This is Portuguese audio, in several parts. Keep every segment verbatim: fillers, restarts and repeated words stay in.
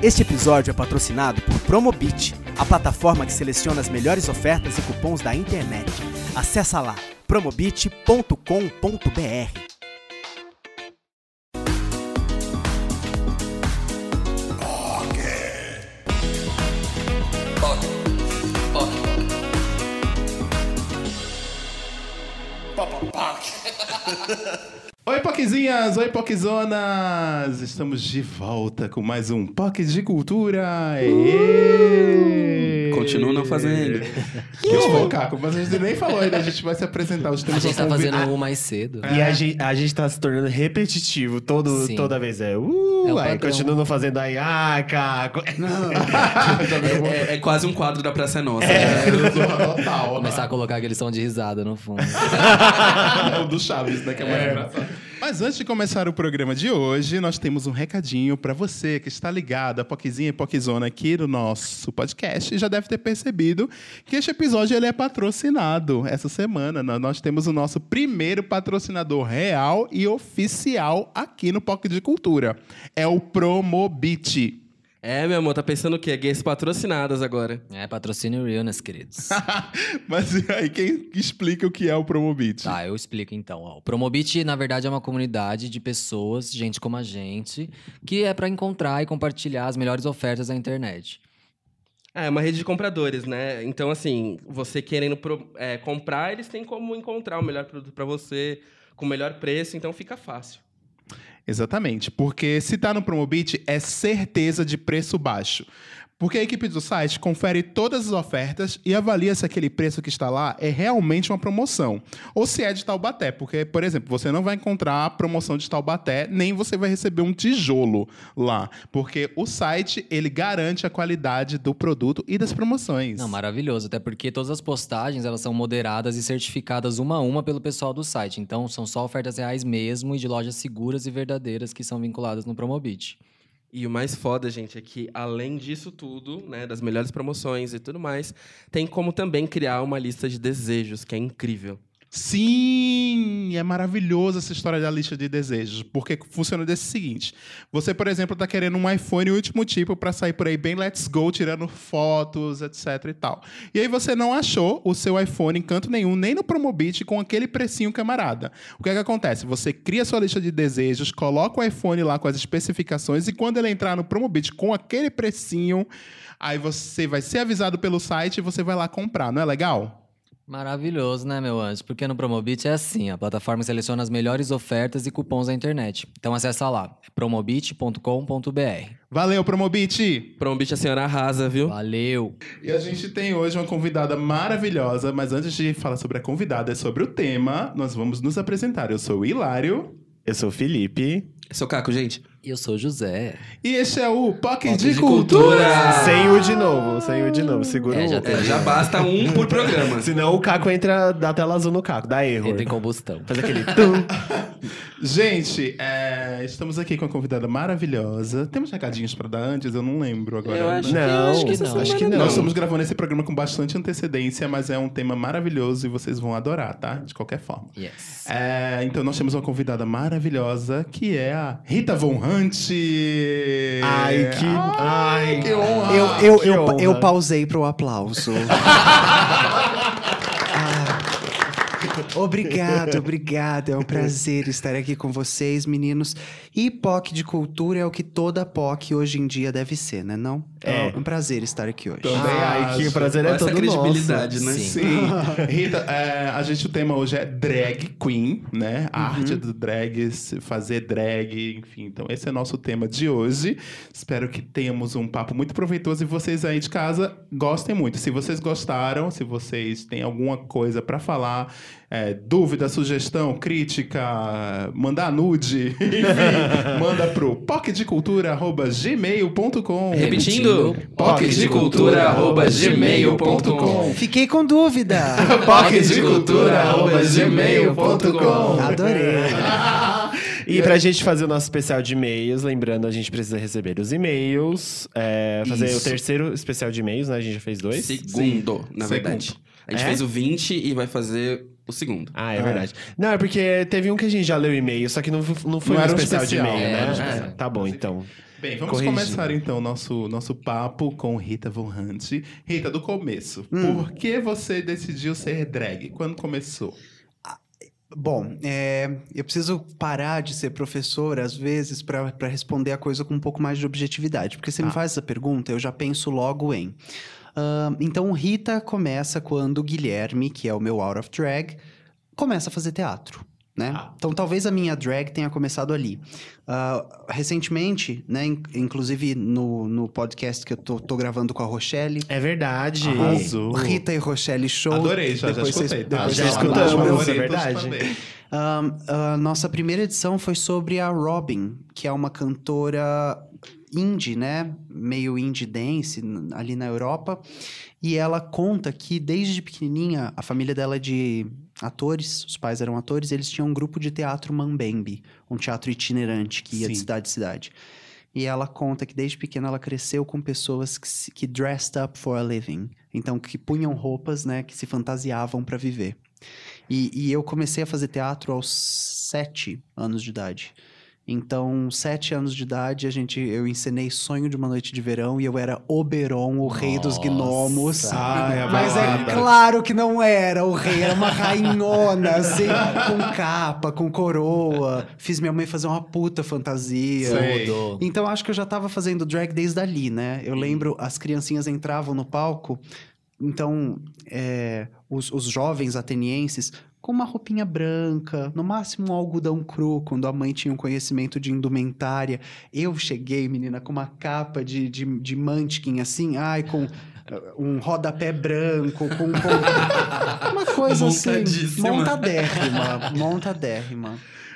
Este episódio é patrocinado por Promobit, a plataforma que seleciona as melhores ofertas e cupons da internet. Acesse lá, promobit ponto com ponto b r. Oi, Poquezinhas! Oi, Poquezonas! Estamos de volta com mais um Poque de Cultura! Uh, Continuo não fazendo. Deixa eu focar, mas a gente nem falou ainda, a gente vai se apresentar. Os a gente tá fazendo um mais cedo. É. E a gente, a gente tá se tornando repetitivo todo, toda vez. É, uh, é aí continua não fazendo aí, ah, Caco. é, é, é quase um quadro da Praça é Nossa. É, total. Começar a colocar aquele som de risada no fundo. É o do Chaves, né? Que é mais é. engraçado. Mas antes de começar o programa de hoje, nós temos um recadinho para você que está ligado a Poquezinha e Poquezona aqui no nosso podcast e já deve ter percebido que este episódio ele é patrocinado. Essa semana nós temos o nosso primeiro patrocinador real e oficial aqui no Poque de Cultura. É o Promobit. É, meu amor, tá pensando o quê? Gays patrocinadas agora. É, patrocínio Realness, queridos. Mas e aí, quem explica o que é o Promobit? Tá, eu explico então. Ó. O Promobit, na verdade, é uma comunidade de pessoas, gente como a gente, que é pra encontrar e compartilhar as melhores ofertas da internet. É, uma rede de compradores, né? Então, assim, você querendo pro, é, comprar, eles têm como encontrar o melhor produto pra você, com o melhor preço, então fica fácil. Exatamente, porque se está no Promobit é certeza de preço baixo. Porque a equipe do site confere todas as ofertas e avalia se aquele preço que está lá é realmente uma promoção. Ou se é de Taubaté, porque, por exemplo, você não vai encontrar a promoção de Taubaté, nem você vai receber um tijolo lá. Porque o site, ele garante a qualidade do produto e das promoções. Não, maravilhoso, até porque todas as postagens, elas são moderadas e certificadas uma a uma pelo pessoal do site. Então, são só ofertas reais mesmo e de lojas seguras e verdadeiras que são vinculadas no Promobit. E o mais foda, gente, é que, além disso tudo, né, das melhores promoções e tudo mais, tem como também criar uma lista de desejos, que é incrível. Sim, é maravilhoso essa história da lista de desejos, porque funciona desse seguinte. Você, por exemplo, está querendo um iPhone último tipo para sair por aí bem let's go, tirando fotos, etc e tal. E aí você não achou o seu iPhone em canto nenhum, nem no Promobit, com aquele precinho camarada. O que é que acontece? Você cria sua lista de desejos, coloca o iPhone lá com as especificações e quando ele entrar no Promobit com aquele precinho, aí você vai ser avisado pelo site e você vai lá comprar. Não é legal? Maravilhoso, né, meu anjo? Porque no Promobit é assim, a plataforma seleciona as melhores ofertas e cupons da internet. Então acessa lá, promobit ponto com ponto b r. Valeu, Promobit! Promobit a senhora arrasa, viu? Valeu! E a gente tem hoje uma convidada maravilhosa, mas antes de falar sobre a convidada e sobre o tema, nós vamos nos apresentar. Eu sou o Hilário. Eu sou o Felipe. Eu sou o Caco, gente. E eu sou o José. E este é o Poque de, de Cultura! Cultura. Sem o de novo, sem o de novo. Segura É, o... já, É, já basta um por programa. Senão o Caco entra, dá tela azul no Caco, dá erro. Entra em combustão. Faz aquele tum. Gente, é, estamos aqui com uma convidada maravilhosa. Temos recadinhos para dar antes? Eu não lembro agora. Eu acho né? Não, acho que não. acho que não. Nós estamos gravando esse programa com bastante antecedência, mas é um tema maravilhoso e vocês vão adorar, tá? De qualquer forma. Yes. É, então nós temos uma convidada maravilhosa, que é a Rita Von Hunt. Ai, que... Ai, que honra! Eu, eu, Que eu, honra. eu pausei pro aplauso. Obrigado, obrigado. É um prazer estar aqui com vocês, meninos. E P O C de cultura é o que toda P O C hoje em dia deve ser, né? Não? É. É um prazer estar aqui hoje. Também Ai, que acho. prazer é Essa todo credibilidade, nosso. né? Sim. Sim. Rita, é, a gente, o tema hoje é drag queen, né? A arte do drag, se fazer drag, enfim. Então, esse é nosso tema de hoje. Espero que tenhamos um papo muito proveitoso e vocês aí de casa gostem muito. Se vocês gostaram, se vocês têm alguma coisa para falar, é, dúvida, sugestão, crítica, mandar nude, enfim, manda pro poquedecultura arroba gmail ponto com. Repetindo, poquedecultura arroba gmail ponto com. Fiquei com dúvida. poquedecultura arroba gmail ponto com. Adorei. E pra gente fazer o nosso especial de e-mails, lembrando, a gente precisa receber os e-mails, é, fazer Isso. o terceiro especial de e-mails, né? A gente já fez dois. Segundo, na Segundo. verdade. A gente É? fez o vinte e vai fazer o segundo. Ah, é Ah. verdade. Não, é porque teve um que a gente já leu e-mail, só que não, não foi Não um era um especial, especial, de e-mail, é, né? era um especial. Tá bom, então. Bem, vamos Corrigindo. começar então nosso nosso papo com Rita Von Hunt. Rita, do começo. Hum. Por que você decidiu ser drag? Quando começou? Bom, é, eu preciso parar de ser professor, às vezes, para responder a coisa com um pouco mais de objetividade. Porque você me Ah. faz essa pergunta, eu já penso logo em. Ah, então, Rita começa quando o Guilherme, que é o meu out of drag, começa a fazer teatro. Né? Ah. Então, talvez a minha drag tenha começado ali. Ah, recentemente, né, in- inclusive no, no podcast que eu tô, tô gravando com a Rochelle, É verdade. Arrasou. Rita e Rochelle Show. Adorei, já, já Depois vocês- escutei. Tá? depois já vocês escutamos, escutam. é favoritos verdade. também. Um, a nossa primeira edição foi sobre a Robin, que é uma cantora indie, né? Meio indie dance n- ali na Europa. E ela conta que desde pequenininha, a família dela é de atores, os pais eram atores, eles tinham um grupo de teatro Mambembe, um teatro itinerante que ia de Sim. cidade em cidade. E ela conta que desde pequena ela cresceu com pessoas que, se- que dressed up for a living. Então, que punham roupas, né? Que se fantasiavam para viver. E, e eu comecei a fazer teatro aos sete anos de idade. Então, sete anos de idade, a gente, eu encenei Sonho de uma Noite de Verão e eu era Oberon, o rei dos Nossa. gnomos. Ai, a Mas é balada. claro que não era o rei, era uma rainhona, assim, com capa, com coroa. Fiz minha mãe fazer uma puta fantasia. Sei. Tudo. Então, acho que eu já tava fazendo drag desde ali, né? Eu lembro, as criancinhas entravam no palco, então, é, os, os jovens atenienses com uma roupinha branca, no máximo um algodão cru, quando a mãe tinha um conhecimento de indumentária. Eu cheguei, menina, com uma capa de, de, de Munchkin, assim, ai, com uh, um rodapé branco, com... com uma coisa assim, Montadíssima. montadérrima, montadérrima.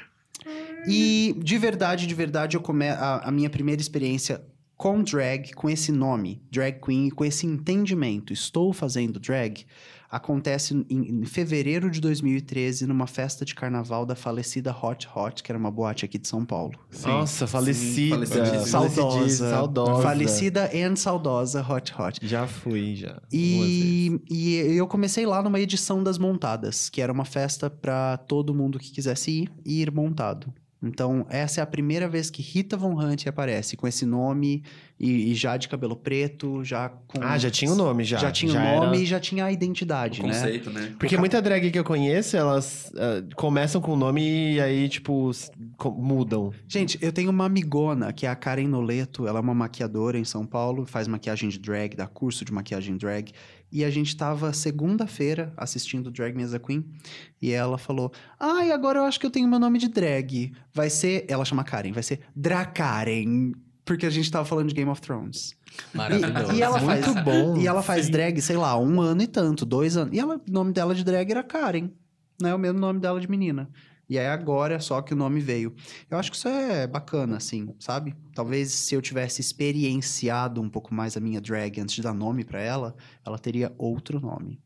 E, de verdade, de verdade, eu come... a, a minha primeira experiência com drag, com esse nome, drag queen, com esse entendimento, estou fazendo drag, acontece em, em fevereiro de dois mil e treze, numa festa de carnaval da falecida Hot Hot, que era uma boate aqui de São Paulo. Sim. Nossa, falecida. falecidíssima. Saudosa. Saudosa. Falecida e saudosa Hot Hot. Já fui, já. Duas vezes. E, e eu comecei lá numa edição das montadas, que era uma festa pra todo mundo que quisesse ir e ir montado. Então, essa é a primeira vez que Rita Von Hunt aparece com esse nome e, e já de cabelo preto, já com... Ah, já tinha o nome, já. Já tinha o Já nome era- e já tinha a identidade, O né? conceito, né? Porque muita drag que eu conheço, elas ah, começam com o nome e aí, tipo, s- co- mudam. Gente, eu tenho uma amigona, que é a Karen Noleto. Ela é uma maquiadora em São Paulo, faz maquiagem de drag, dá curso de maquiagem drag. E a gente tava segunda-feira assistindo Drag Me as a Queen. E ela falou, ai, agora eu acho que eu tenho meu nome de drag. Vai ser... Ela chama Karen, vai ser Dracaren. Porque a gente tava falando de Game of Thrones. Maravilhoso. E, e ela faz, Muito bom. E ela faz drag, sei lá, um ano e tanto, dois anos. E ela, o nome dela de drag era Karen, né? O mesmo nome dela de menina. E aí agora só que o nome veio. Eu acho que isso é bacana, assim, sabe? Talvez se eu tivesse experienciado um pouco mais a minha drag antes de dar nome pra ela, ela teria outro nome.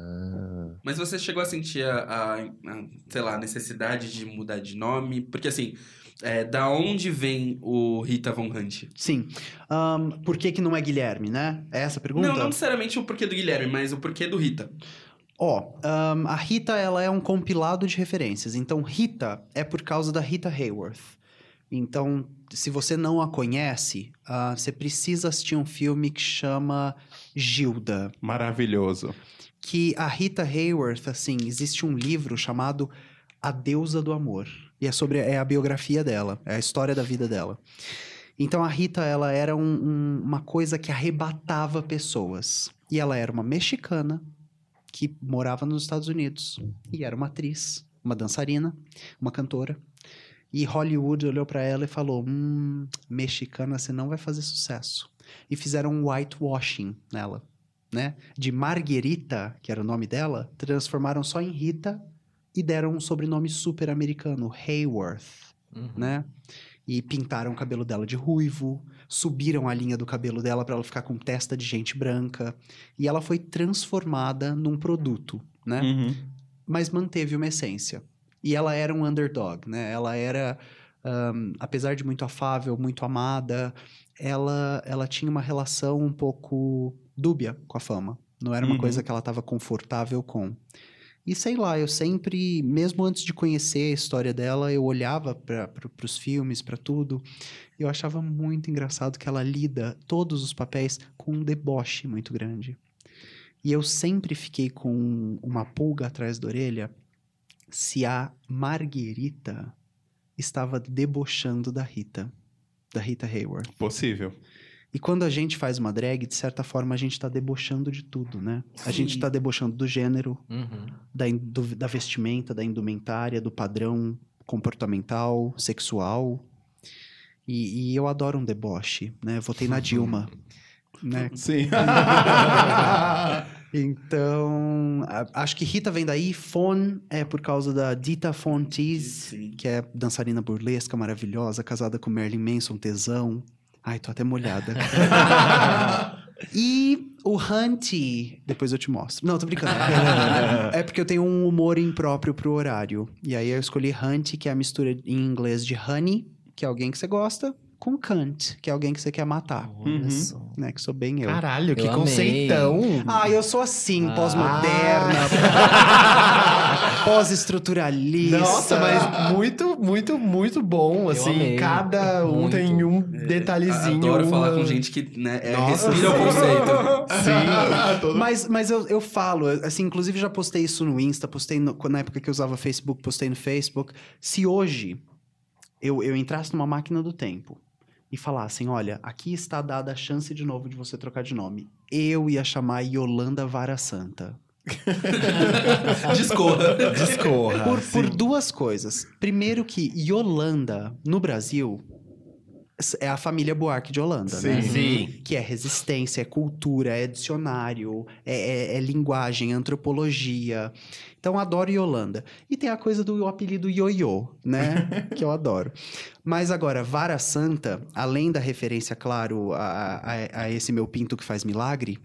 Ah. Mas você chegou a sentir a, a- a, sei lá, a necessidade de mudar de nome? Porque assim, é, da onde vem o Rita Von Hunt? Sim. Ahn, por que que não é Guilherme, né? É essa a pergunta? Não, não necessariamente o porquê do Guilherme, mas o porquê do Rita. Ó, ahn, a Rita, ela é um compilado de referências. Então, Rita é por causa da Rita Hayworth. Então, se você não a conhece, ah, você precisa assistir um filme que chama Gilda. Maravilhoso. Que a Rita Hayworth, assim, existe um livro chamado A Deusa do Amor. E é sobre é a biografia dela, é a história da vida dela. Então, a Rita, ela era um- um- uma coisa que arrebatava pessoas. E ela era uma mexicana que morava nos Estados Unidos. E era uma atriz, uma dançarina, uma cantora. E Hollywood olhou pra ela e falou, hum, mexicana, você não vai fazer sucesso. E fizeram um whitewashing nela, né? De Marguerita, que era o nome dela, transformaram só em Rita e deram um sobrenome super americano, Hayworth, Uhum. né? E pintaram o cabelo dela de ruivo, subiram a linha do cabelo dela pra ela ficar com testa de gente branca. E ela foi transformada num produto, né? Uhum. Mas manteve uma essência. E ela era um underdog, né? Ela era, ahn, apesar de muito afável, muito amada, ela, ela tinha uma relação um pouco dúbia com a fama. Não era uma Uhum. coisa que ela estava confortável com. E sei lá, eu sempre, mesmo antes de conhecer a história dela, eu olhava para os filmes, para tudo, e eu achava muito engraçado que ela lida todos os papéis com um deboche muito grande. E eu sempre fiquei com uma pulga atrás da orelha se a Marguerita estava debochando da Rita, da Rita Hayworth. Possível. E quando a gente faz uma drag, de certa forma, a gente tá debochando de tudo, né? A gente tá debochando do gênero, Uhum. da, in- do- da vestimenta, da indumentária, do padrão comportamental, sexual. E, e eu adoro um deboche, né? Votei na Dilma, né? Sim. Então, a- acho que Rita vem daí. Fawn é por causa da Dita Von Teese, Sim. que é dançarina burlesca maravilhosa, casada com Marilyn Manson, tesão. Ai, tô até molhada. E o Hunty, depois eu te mostro. Não, tô brincando. É porque eu tenho um humor impróprio pro horário. E aí eu escolhi Hunty, que é a mistura em inglês de honey, que é alguém que você gosta, com cunt, que é alguém que você quer matar. Olha só. Né? Que sou bem eu. Caralho, que Eu amei. conceitão. Ah, eu sou assim, Ah. pós-moderna, pós-estruturalista. Nossa, mas muito, muito, muito bom, assim. amei. Cada um Muito. tem um detalhezinho. Adoro uma- falar com gente que né, é, Nossa, respira o sim. conceito. Sim. Todo- Mas, mas eu, eu falo, assim, inclusive já postei isso no Insta, postei no- na época que eu usava Facebook, postei no Facebook. Se hoje eu, eu entrasse numa máquina do tempo e falassem, olha, aqui está dada a chance de novo de você trocar de nome, eu ia chamar Yolanda Vara Santa. Discorra. Discorra. Por, por duas coisas. Primeiro que Yolanda, no Brasil, é a família Buarque de Holanda, né? Sim. Que é resistência, é cultura, é dicionário, é, é- é linguagem, é antropologia. Então, adoro Yolanda. E tem a coisa do apelido Ioiô, né? Que eu adoro. Mas agora, Vara Santa, além da referência, claro, a, a- a esse meu pinto que faz milagre...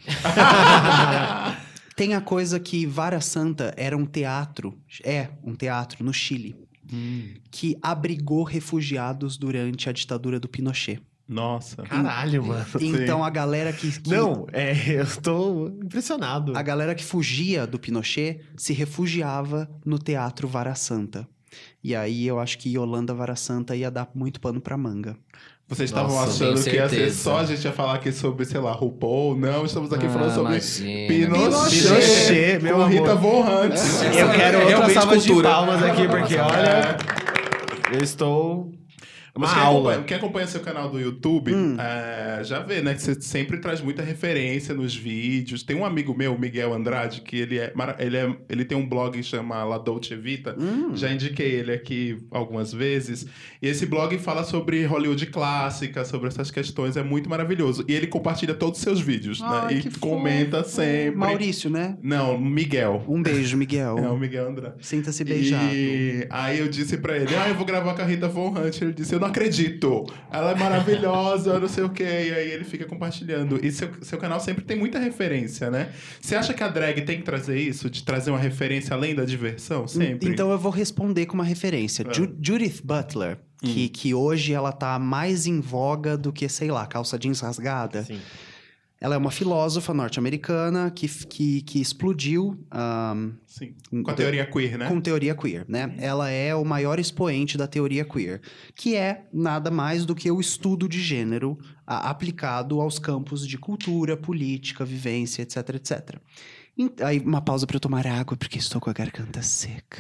Tem a coisa que Vara Santa era um teatro, é um teatro no Chile, que abrigou refugiados durante a ditadura do Pinochet. Nossa. Caralho, mano. Então a galera que, que- Não, é, eu tô impressionado. a galera que fugia do Pinochet se refugiava no teatro Vara Santa. E aí eu acho que Yolanda Vara Santa ia dar muito pano pra manga. Vocês estavam Nossa, achando tenho que ia ser certeza. só a gente ia falar aqui sobre, sei lá, RuPaul. Não, estamos aqui falando Ah, sobre imagina. Pinochet, Pinochet, meu com amor. Rita Von Hunt. Eu quero outra Realmente salva de cultura. palmas aqui, porque olha, eu estou... Uma Mas quem aula. acompanha, quem acompanha seu canal do YouTube Hum. é, já vê, né? Que você sempre traz muita referência nos vídeos. Tem um amigo meu, Miguel Andrade, que ele, é, mara- ele, é, ele tem um blog que chama La Dolce Vita. Hum. Já indiquei ele aqui algumas vezes. E esse blog fala sobre Hollywood clássica, sobre essas questões. É muito maravilhoso. E ele compartilha todos os seus vídeos, Ai, né? que E comenta fofo. sempre. Maurício, né? Não, Miguel. Um beijo, Miguel. É o Miguel Andrade. Sinta-se beijado. E aí eu disse pra ele, ah, eu vou gravar com a Rita Von Hunt. Ele disse, eu não acredito. Ela é maravilhosa, não sei o quê. E aí ele fica compartilhando. E seu, seu canal sempre tem muita referência, né? Você acha que a drag tem que trazer isso? De trazer uma referência além da diversão? Sempre? Então eu vou responder com uma referência. Ah. Ju- Judith Butler, que, que hoje ela tá mais em voga do que, sei lá, calça jeans rasgada. Sim. Ela é uma filósofa norte-americana que, que, que explodiu ahn, Sim. Com a teoria queer, né? com teoria queer, né? Ela é o maior expoente da teoria queer, que é nada mais do que o estudo de gênero a- aplicado aos campos de cultura, política, vivência, etc, etcétera. Ent- Aí, uma pausa para eu tomar água, porque estou com a garganta seca.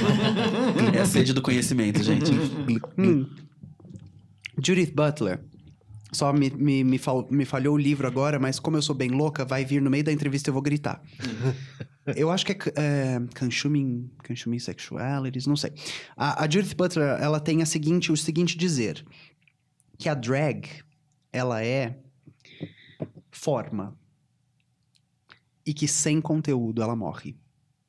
É a sede do conhecimento, gente. Hum. Judith Butler. Só me, me, me, fal- me falhou o livro agora, mas como eu sou bem louca, vai vir no meio da entrevista e eu vou gritar. Eu acho que é, é Consuming, Consuming Sexualities, não sei. A, a Judith Butler, ela tem a seguinte, o seguinte dizer. Que a drag, ela é forma. E que sem conteúdo ela morre.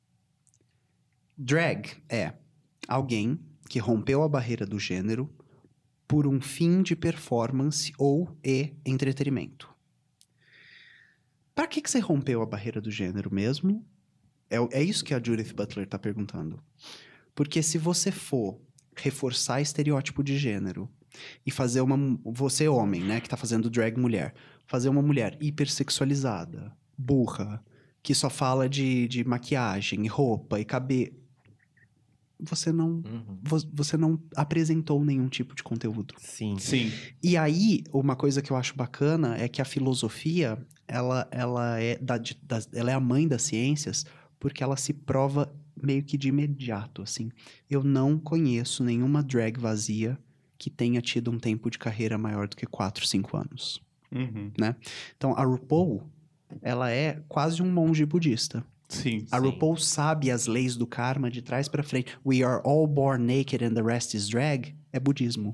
Drag é alguém que rompeu a barreira do gênero por um fim de performance ou e entretenimento. Para que, que você rompeu a barreira do gênero mesmo? É, é isso que a Judith Butler está perguntando. Porque se você for reforçar estereótipo de gênero e fazer uma... Você, homem, né, que tá fazendo drag mulher. Fazer uma mulher hipersexualizada, burra, que só fala de, de maquiagem, e roupa e cabelo, você não, Uhum. vo- você não apresentou nenhum tipo de conteúdo. Sim. Sim. E aí, uma coisa que eu acho bacana é que a filosofia, ela, ela, é, da, de- das- ela é a mãe das ciências, porque ela se prova meio que de imediato, assim. Eu não conheço nenhuma drag vazia que tenha tido um tempo de carreira maior do que quatro, cinco anos. Uhum. Então, a RuPaul, ela é quase um monge budista. Sim. A RuPaul sabe as leis do karma de trás pra frente. We are all born naked and the rest is drag. É budismo.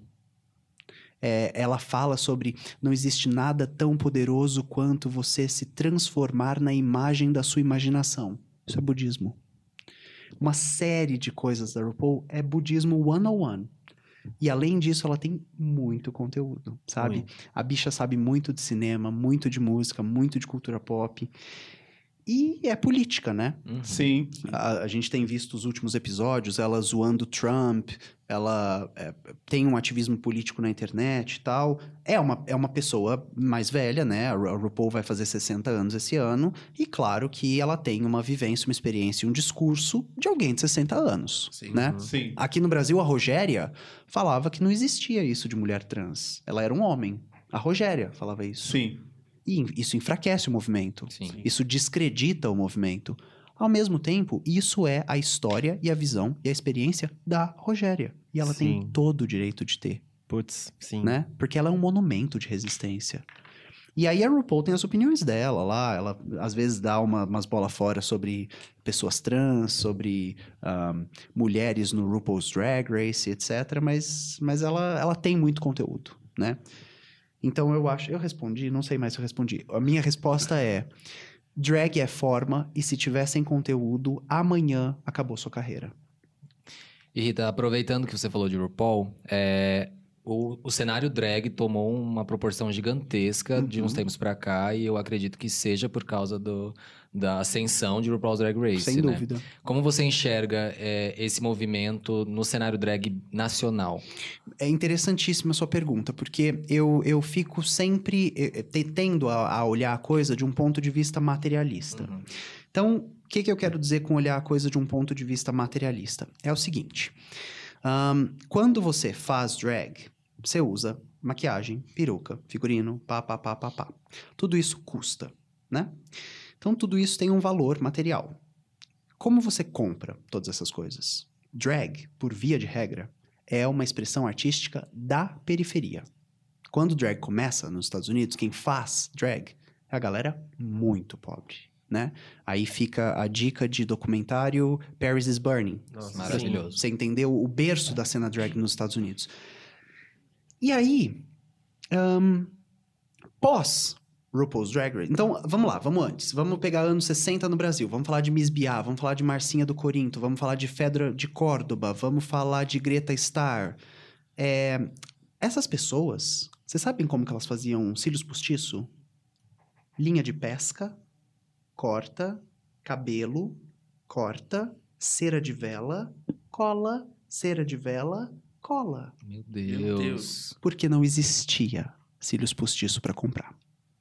É, ela fala sobre não existe nada tão poderoso quanto você se transformar na imagem da sua imaginação. Isso é budismo. Uma série de coisas da RuPaul é budismo one oh one. E além disso, ela tem muito conteúdo, sabe? Muito. A bicha sabe muito de cinema, muito de música, muito de cultura pop. E é política, né? Uhum. Sim. A, a gente tem visto os últimos episódios, ela zoando Trump, ela é, tem um ativismo político na internet e tal. É uma, é uma pessoa mais velha, né? A Ru- a RuPaul vai fazer sessenta anos esse ano. E claro que ela tem uma vivência, uma experiência e um discurso de alguém de sessenta anos, Sim. né? Sim. Aqui no Brasil, a Rogéria falava que não existia isso de mulher trans. Ela era um homem. A Rogéria falava isso. Sim. E isso enfraquece o movimento. Sim. Isso descredita o movimento. Ao mesmo tempo, isso é a história e a visão e a experiência da Rogéria. E ela tem Sim. todo o direito de ter, Putz, sim. né? Porque ela é um monumento de resistência. E aí a RuPaul tem as opiniões dela lá. Ela, às vezes, dá uma, umas bolas fora sobre pessoas trans, sobre ahm, mulheres no RuPaul's Drag Race, etcétera. Mas, mas ela, ela tem muito conteúdo, né? Então eu acho... Eu respondi, não sei mais se eu respondi. A minha resposta é... Drag é forma e se tiver sem conteúdo, amanhã acabou sua carreira. E Rita, aproveitando que você falou de RuPaul, é, o, o cenário drag tomou uma proporção gigantesca de uns Uhum. tempos pra cá, e eu acredito que seja por causa do, da ascensão de RuPaul's Drag Race, Sem né? dúvida. Como você enxerga é, esse movimento no cenário drag nacional? É interessantíssima a sua pergunta, porque eu, eu fico sempre eh, eh, te- tendo a, a olhar a coisa de um ponto de vista materialista. Uhum. Então, o que, que eu quero dizer com olhar a coisa de um ponto de vista materialista? É o seguinte: ahn, quando você faz drag, você usa maquiagem, peruca, figurino, pá, pá, pá, pá, pá. Tudo isso custa, né? Então, tudo isso tem um valor material. Como você compra todas essas coisas? Drag, por via de regra, é uma expressão artística da periferia. Quando drag começa nos Estados Unidos, quem faz drag é a galera muito pobre, né? Aí fica a dica de documentário Paris is Burning. Nossa, Maravilhoso. Você entendeu o berço da cena drag nos Estados Unidos. E aí, ahn, pós RuPaul's Drag Race... Então, vamos lá, vamos antes. Vamos pegar anos sessenta no Brasil. Vamos falar de Miss Biá, vamos falar de Marcinha do Corinto, vamos falar de Fedra de Córdoba, vamos falar de Greta Starr. É, essas pessoas, vocês sabem como que elas faziam cílios postiço? Linha de pesca, corta, cabelo, corta, cera de vela, cola, cera de vela, cola. Meu Meu Deus. Deus. Porque não existia cílios postiço para comprar.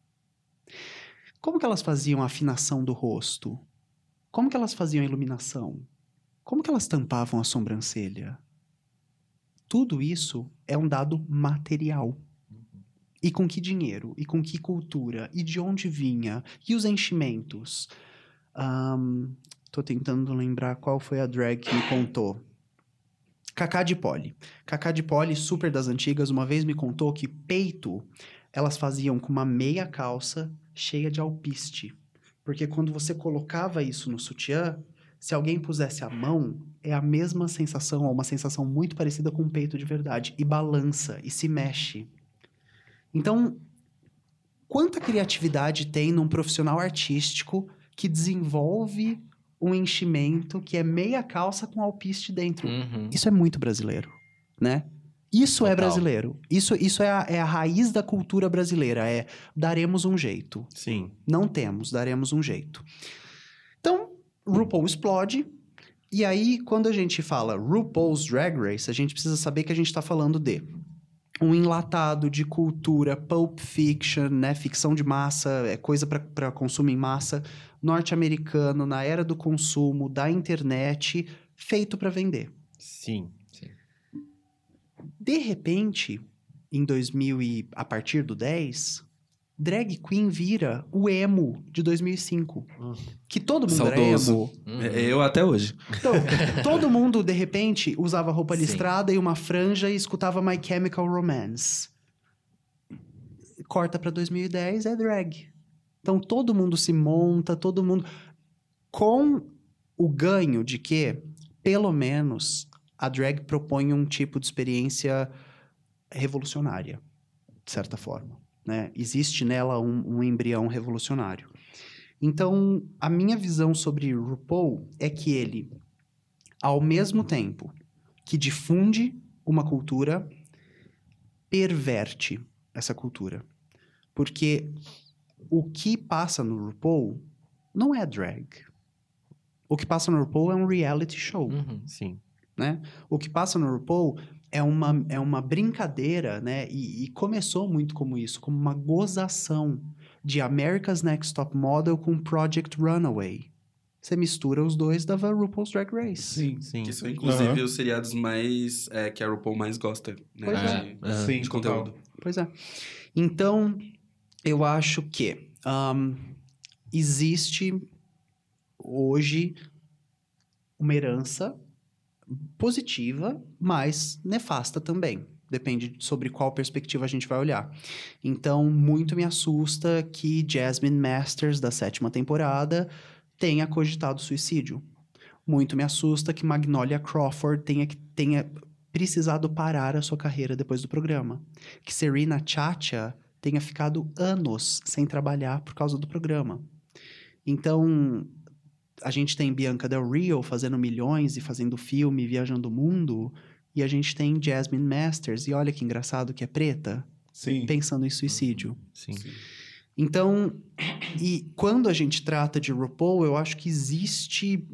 Como que elas faziam a afinação do rosto? Como que elas faziam a iluminação? Como que elas tampavam a sobrancelha? Tudo isso é um dado material. E com que dinheiro? E com que cultura? E de onde vinha? E os enchimentos? Ahn, tô tentando lembrar qual foi a drag que me contou. Cacá de Poli. Cacá de Poli, super das antigas, uma vez me contou que peito elas faziam com uma meia calça cheia de alpiste. Porque quando você colocava isso no sutiã, se alguém pusesse a mão, é a mesma sensação, ou uma sensação muito parecida com um peito de verdade. E balança, e se mexe. Então, quanta criatividade tem num profissional artístico que desenvolve um enchimento que é meia calça com alpiste dentro? Uhum. Isso é muito brasileiro, né? Isso é Total. brasileiro. Isso, isso é, a, é a raiz da cultura brasileira. É daremos um jeito. Sim. Não temos, daremos um jeito. Então, RuPaul explode. E aí, quando a gente fala RuPaul's Drag Race, a gente precisa saber que a gente está falando de um enlatado de cultura, pulp fiction, né? Ficção de massa, é coisa para consumo em massa, norte-americano, na era do consumo, da internet, feito para vender. Sim. De repente, em dois mil e a partir do dez, drag queen vira o emo de dois mil e cinco. Hum. Que todo mundo Saudoso. era emo. É, Eu até hoje. Então, todo mundo, de repente, usava roupa Sim. listrada e uma franja e escutava My Chemical Romance. Corta pra dois mil e dez, é drag. Então, todo mundo se monta, todo mundo... Com o ganho de que, pelo menos, a drag propõe um tipo de experiência revolucionária, de certa forma, né? Existe nela um, um embrião revolucionário. Então, a minha visão sobre RuPaul é que ele, ao mesmo tempo que difunde uma cultura, perverte essa cultura. Porque o que passa no RuPaul não é drag. O que passa no RuPaul é um reality show, Uhum. Sim. né? O que passa no RuPaul é uma, é uma brincadeira, né? E, e começou muito como isso, como uma gozação de America's Next Top Model com Project Runaway. Você mistura os dois, dava RuPaul's Drag Race. Sim. Sim. Que são, inclusive, Aham. os seriados mais... é, que a RuPaul mais gosta, né? Pois é. de, Aham. Sim, de total. conteúdo. Pois é. Então, eu acho que ahn, existe hoje uma herança positiva, mas nefasta também. Depende sobre qual perspectiva a gente vai olhar. Então, muito me assusta que Jasmine Masters, da sétima temporada, tenha cogitado suicídio. Muito me assusta que Magnolia Crawford tenha, que- tenha precisado parar a sua carreira depois do programa. Que Serena Chacha tenha ficado anos sem trabalhar por causa do programa. Então, a gente tem Bianca Del Rio fazendo milhões e fazendo filme, viajando o mundo, e a gente tem Jasmine Masters, e olha que engraçado que é preta, Sim. pensando em suicídio. Sim. Então, e quando a gente trata de RuPaul, eu acho que existe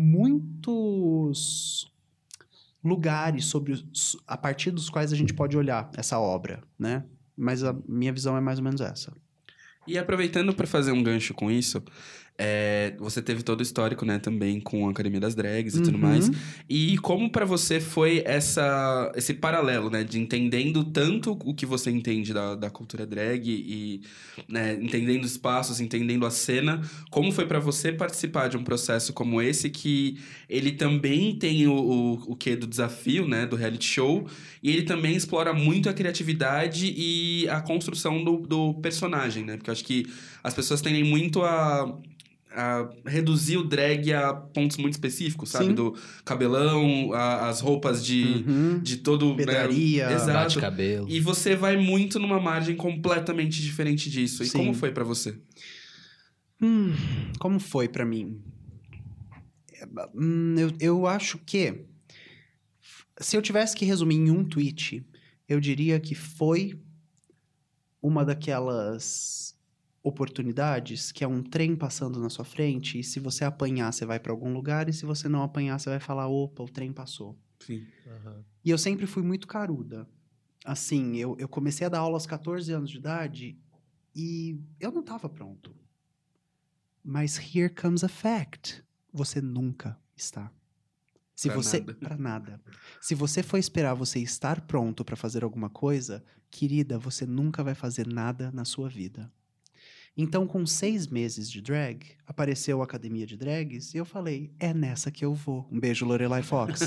muitos lugares sobre os, a partir dos quais a gente pode olhar essa obra, né? Mas a minha visão é mais ou menos essa. E aproveitando para fazer um gancho com isso, é, você teve todo o histórico, né, também com a Academia das Drags e tudo Uhum. mais. E como para você foi essa, esse paralelo, né, de entendendo tanto o que você entende da, da cultura drag e, né, entendendo espaços, entendendo a cena, como foi para você participar de um processo como esse que ele também tem o, o, o quê do desafio, né, do reality show, e ele também explora muito a criatividade e a construção do, do personagem, né, porque eu acho que as pessoas tendem muito a... a reduzir o drag a pontos muito específicos, sabe? Sim. Do cabelão, a- as roupas de, Uhum. de todo... Pedraria. Né? Exato. Bate-cabelo. E você vai muito numa margem completamente diferente disso. E Sim. como foi pra você? Hum, como foi pra mim? É, hum, eu, eu acho que se eu tivesse que resumir em um tweet, eu diria que foi uma daquelas oportunidades que é um trem passando na sua frente e se você apanhar, você vai pra algum lugar e se você não apanhar, você vai falar, opa, o trem passou. Sim. E eu sempre fui muito caruda. Assim, eu, eu comecei a dar aula aos catorze anos de idade e eu não estava pronto. Mas here comes a fact. Você nunca está. Se Pra você nada. para nada. Se você for esperar você estar pronto para fazer alguma coisa, querida, você nunca vai fazer nada na sua vida. Então, com seis meses de drag, apareceu a Academia de Drags e eu falei, é nessa que eu vou. Um beijo, Lorelai Fox.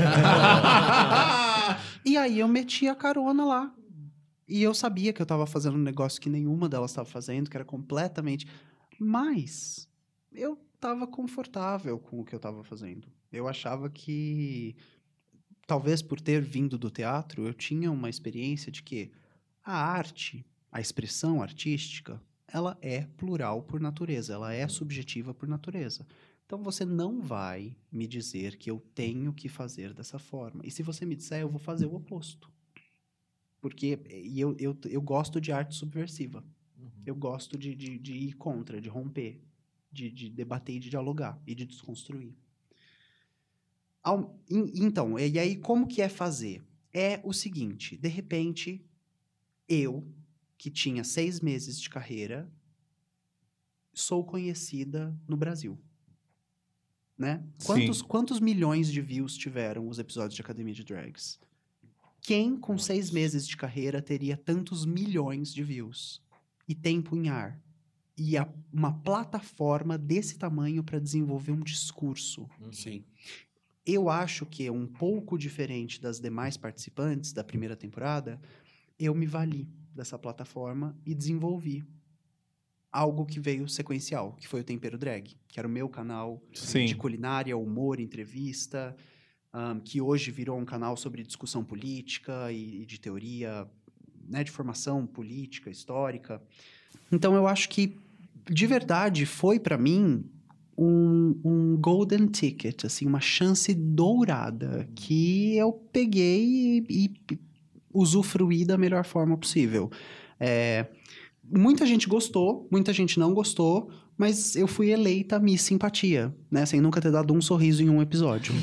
E aí eu meti a carona lá. E eu sabia que eu estava fazendo um negócio que nenhuma delas estava fazendo, que era completamente... Mas eu estava confortável com o que eu estava fazendo. Eu achava que, talvez por ter vindo do teatro, eu tinha uma experiência de que a arte, a expressão artística, ela é plural por natureza, ela é subjetiva por natureza. Então, você não vai me dizer que eu tenho que fazer dessa forma. E se você me disser, eu vou fazer o oposto. Porque e eu, eu, eu gosto de arte subversiva. Eu gosto de, de, de ir contra, de romper, de, de debater e de dialogar e de desconstruir. Ao, in, então, e aí como que é fazer? é o seguinte, de repente, eu, que tinha seis meses de carreira, sou conhecida no Brasil. Né? Quantos, quantos milhões de views tiveram os episódios de Academia de Drags? Quem, com Nossa. seis meses de carreira, teria tantos milhões de views? E tempo em ar? E a, uma plataforma desse tamanho para desenvolver um discurso? Sim. Eu acho que, um pouco diferente das demais participantes da primeira temporada, eu me vali dessa plataforma e desenvolvi algo que veio sequencial, que foi o Tempero Drag, que era o meu canal Sim. de culinária, humor, entrevista, um, que hoje virou um canal sobre discussão política e, e de teoria, né, de formação política, histórica. Então, eu acho que, de verdade, foi para mim um, um golden ticket, assim, uma chance dourada que eu peguei e, e usufruí da melhor forma possível. É... Muita gente gostou, muita gente não gostou, mas eu fui eleita Miss Simpatia, né? Sem nunca ter dado um sorriso em um episódio.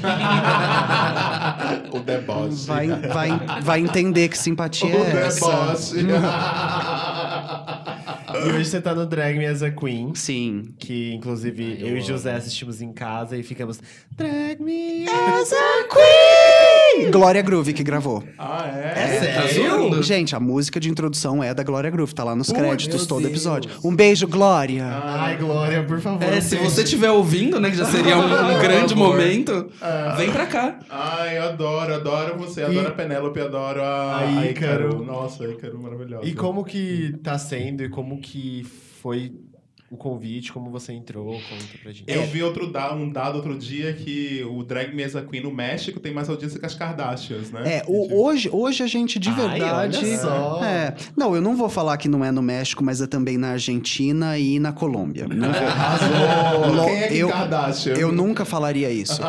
O deboche. Vai, vai, vai entender que simpatia o é essa. E hoje você tá no Drag Me as a Queen. Sim. Que, inclusive, Ai, eu, eu e José assistimos em casa e ficamos... Drag Me as a Queen! Glória Groove que gravou. Ah, é? É, tá zoando? Gente, a música de introdução é da Glória Groove. Tá lá nos créditos todo Deus. episódio. Um beijo, Glória. Ai, Glória, por favor. É, se você estiver ouvindo, né, que já seria um, um grande momento, é. vem pra cá. Ai, eu adoro, adoro você. Adoro e... a Penélope, adoro a, a Ícaro. Ícaro. Nossa, a Ícaro maravilhosa. E como que tá sendo e como que foi o convite, como você entrou, conta pra gente. Eu vi outro da, um dado outro dia que o Drag Me as a Queen no México tem mais audiência que as Kardashians, né? É, o, hoje, hoje a gente de verdade... Ai, olha só. É, não, eu não vou falar que não é no México, mas é também na Argentina e na Colômbia. Não, Arrasou! Quem é que eu, Kardashian? Eu nunca falaria isso.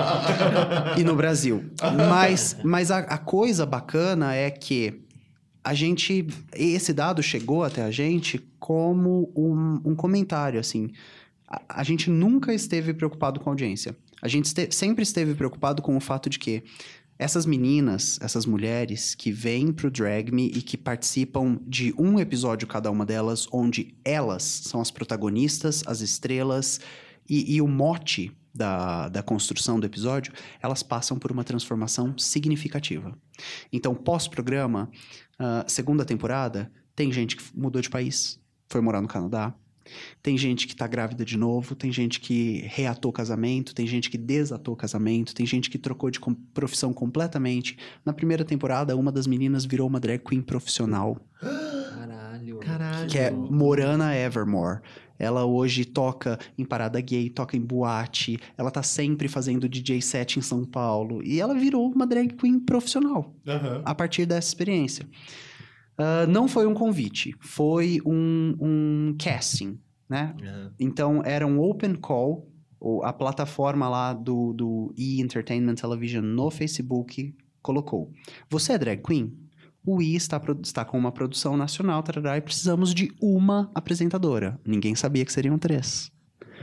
E no Brasil. Mas, mas a, a coisa bacana é que a gente... Esse dado chegou até a gente como um, um comentário, assim. A, a gente nunca esteve preocupado com a audiência. A gente este, sempre esteve preocupado com o fato de que essas meninas, essas mulheres que vêm pro Drag Me e que participam de um episódio cada uma delas, onde elas são as protagonistas, as estrelas e, e o mote da, da construção do episódio, elas passam por uma transformação significativa. Então, pós-programa, uh, segunda temporada, tem gente que mudou de país, foi morar no Canadá. Tem gente que tá grávida de novo, tem gente que reatou casamento, tem gente que desatou casamento, tem gente que trocou de com- profissão completamente. Na primeira temporada, uma das meninas virou uma drag queen profissional. Caralho. Caralho. Que é Morana Evermore. Ela hoje toca em parada gay, toca em boate, ela tá sempre fazendo D J set em São Paulo. E ela virou uma drag queen profissional uhum. a partir dessa experiência. Uh, não foi um convite, foi um, um casting, né? Uhum. Então, era um open call, ou a plataforma lá do, do E! Entertainment Television no Facebook colocou. Você é drag queen? O E! está, está com uma produção nacional, tarará, e precisamos de uma apresentadora. Ninguém sabia que seriam três.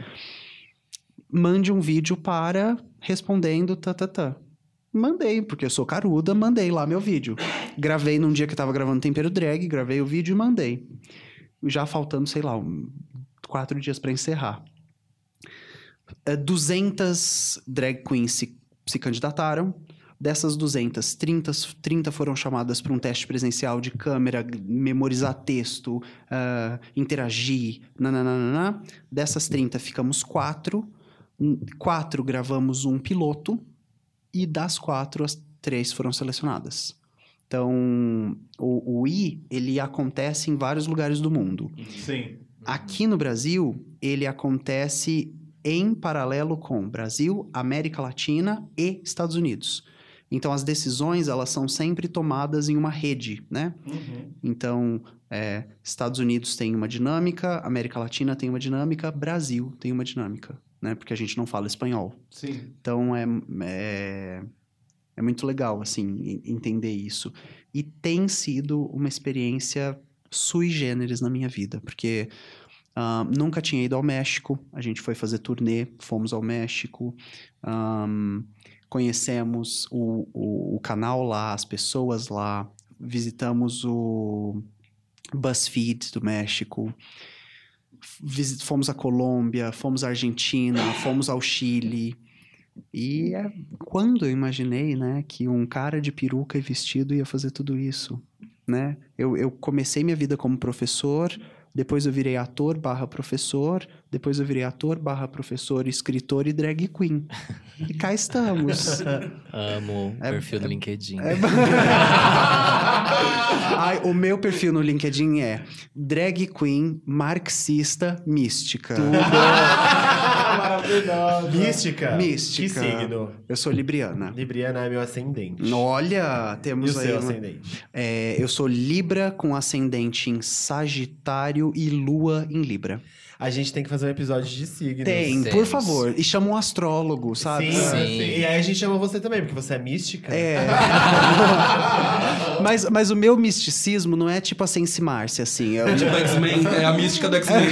Mande um vídeo para respondendo tatatã. Mandei, porque eu sou caruda, mandei lá meu vídeo. Gravei num dia que eu tava gravando Tempero Drag, gravei o vídeo e mandei. Já faltando, sei lá, um, quatro dias pra encerrar. É, duzentas drag queens se, se candidataram. Dessas duzentas, trinta, trinta foram chamadas para um teste presencial de câmera, memorizar texto, uh, interagir, nananana. Dessas trinta, ficamos quatro. Quatro gravamos um piloto. E das quatro, as três foram selecionadas. Então, o, o I, ele acontece em vários lugares do mundo. Sim. Aqui no Brasil, ele acontece em paralelo com Brasil, América Latina e Estados Unidos. Então, as decisões, elas são sempre tomadas em uma rede, né? Uhum. Então, é, Estados Unidos tem uma dinâmica, América Latina tem uma dinâmica, Brasil tem uma dinâmica. Né? Porque a gente não fala espanhol. Sim. Então, é, é, é muito legal, assim, entender isso. E tem sido uma experiência sui generis na minha vida, porque uh, nunca tinha ido ao México, a gente foi fazer turnê, fomos ao México. Um, conhecemos o, o, o canal lá, as pessoas lá, visitamos o BuzzFeed do México, visit, fomos à Colômbia, fomos à Argentina, fomos ao Chile. E é quando eu imaginei, né, que um cara de peruca e vestido ia fazer tudo isso, né? Eu, eu comecei minha vida como professor, depois eu virei ator barra professor, depois eu virei ator barra professor, escritor e drag queen. E cá estamos. Amo o É- perfil do LinkedIn. É... Ai, o meu perfil no LinkedIn é drag queen marxista mística. Maravilhosa. Mística? Mística. Que signo? Eu sou libriana. Libriana é meu ascendente. Olha, E temos o aí seu uma- ascendente? É, eu sou Libra com ascendente em Sagitário e Lua em Libra. A gente tem que fazer um episódio de signos. Tem, por Temos. favor. E chama um astrólogo, sabe? Sim, Sim. sim. E aí a gente chama você também, porque você é mística. É. mas, mas o meu misticismo não é tipo a Sense Márcia, assim. É o- Tipo, X-Men, é a mística do X-Men.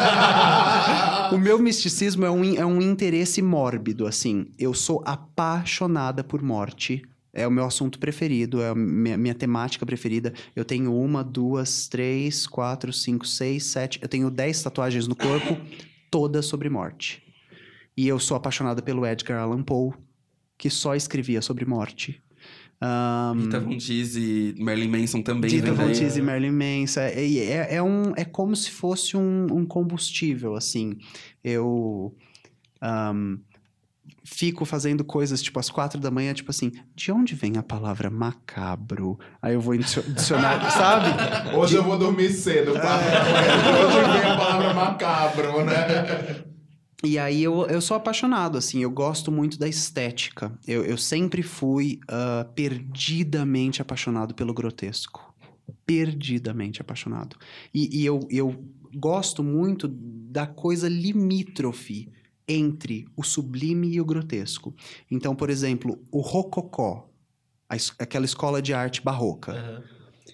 O meu misticismo é um, é um interesse mórbido, assim. Eu sou apaixonada por morte. É o meu assunto preferido, é a minha, minha temática preferida. Eu tenho uma, duas, três, quatro, cinco, seis, sete... Eu tenho dez tatuagens no corpo, todas sobre morte. E eu sou apaixonada pelo Edgar Allan Poe, que só escrevia sobre morte. Ahn, Rita Von Teese e Marilyn Manson também. Dita vem Von daí. Teese e Marilyn Manson. É, é, é, um, é como se fosse um, um combustível, assim. Eu ahm, fico fazendo coisas, tipo, às quatro da manhã, tipo assim, de onde vem a palavra macabro? Aí eu vou adicio- adicionar, sabe? Hoje eu vou dormir cedo, pá. Hoje vem a palavra macabro, né? E aí eu, eu sou apaixonado, assim, eu gosto muito da estética. Eu, eu sempre fui ah, perdidamente apaixonado pelo grotesco. Perdidamente apaixonado. E, e eu, eu gosto muito da coisa limítrofe entre o sublime e o grotesco. Então, por exemplo, o rococó, a es- aquela escola de arte barroca. Aham.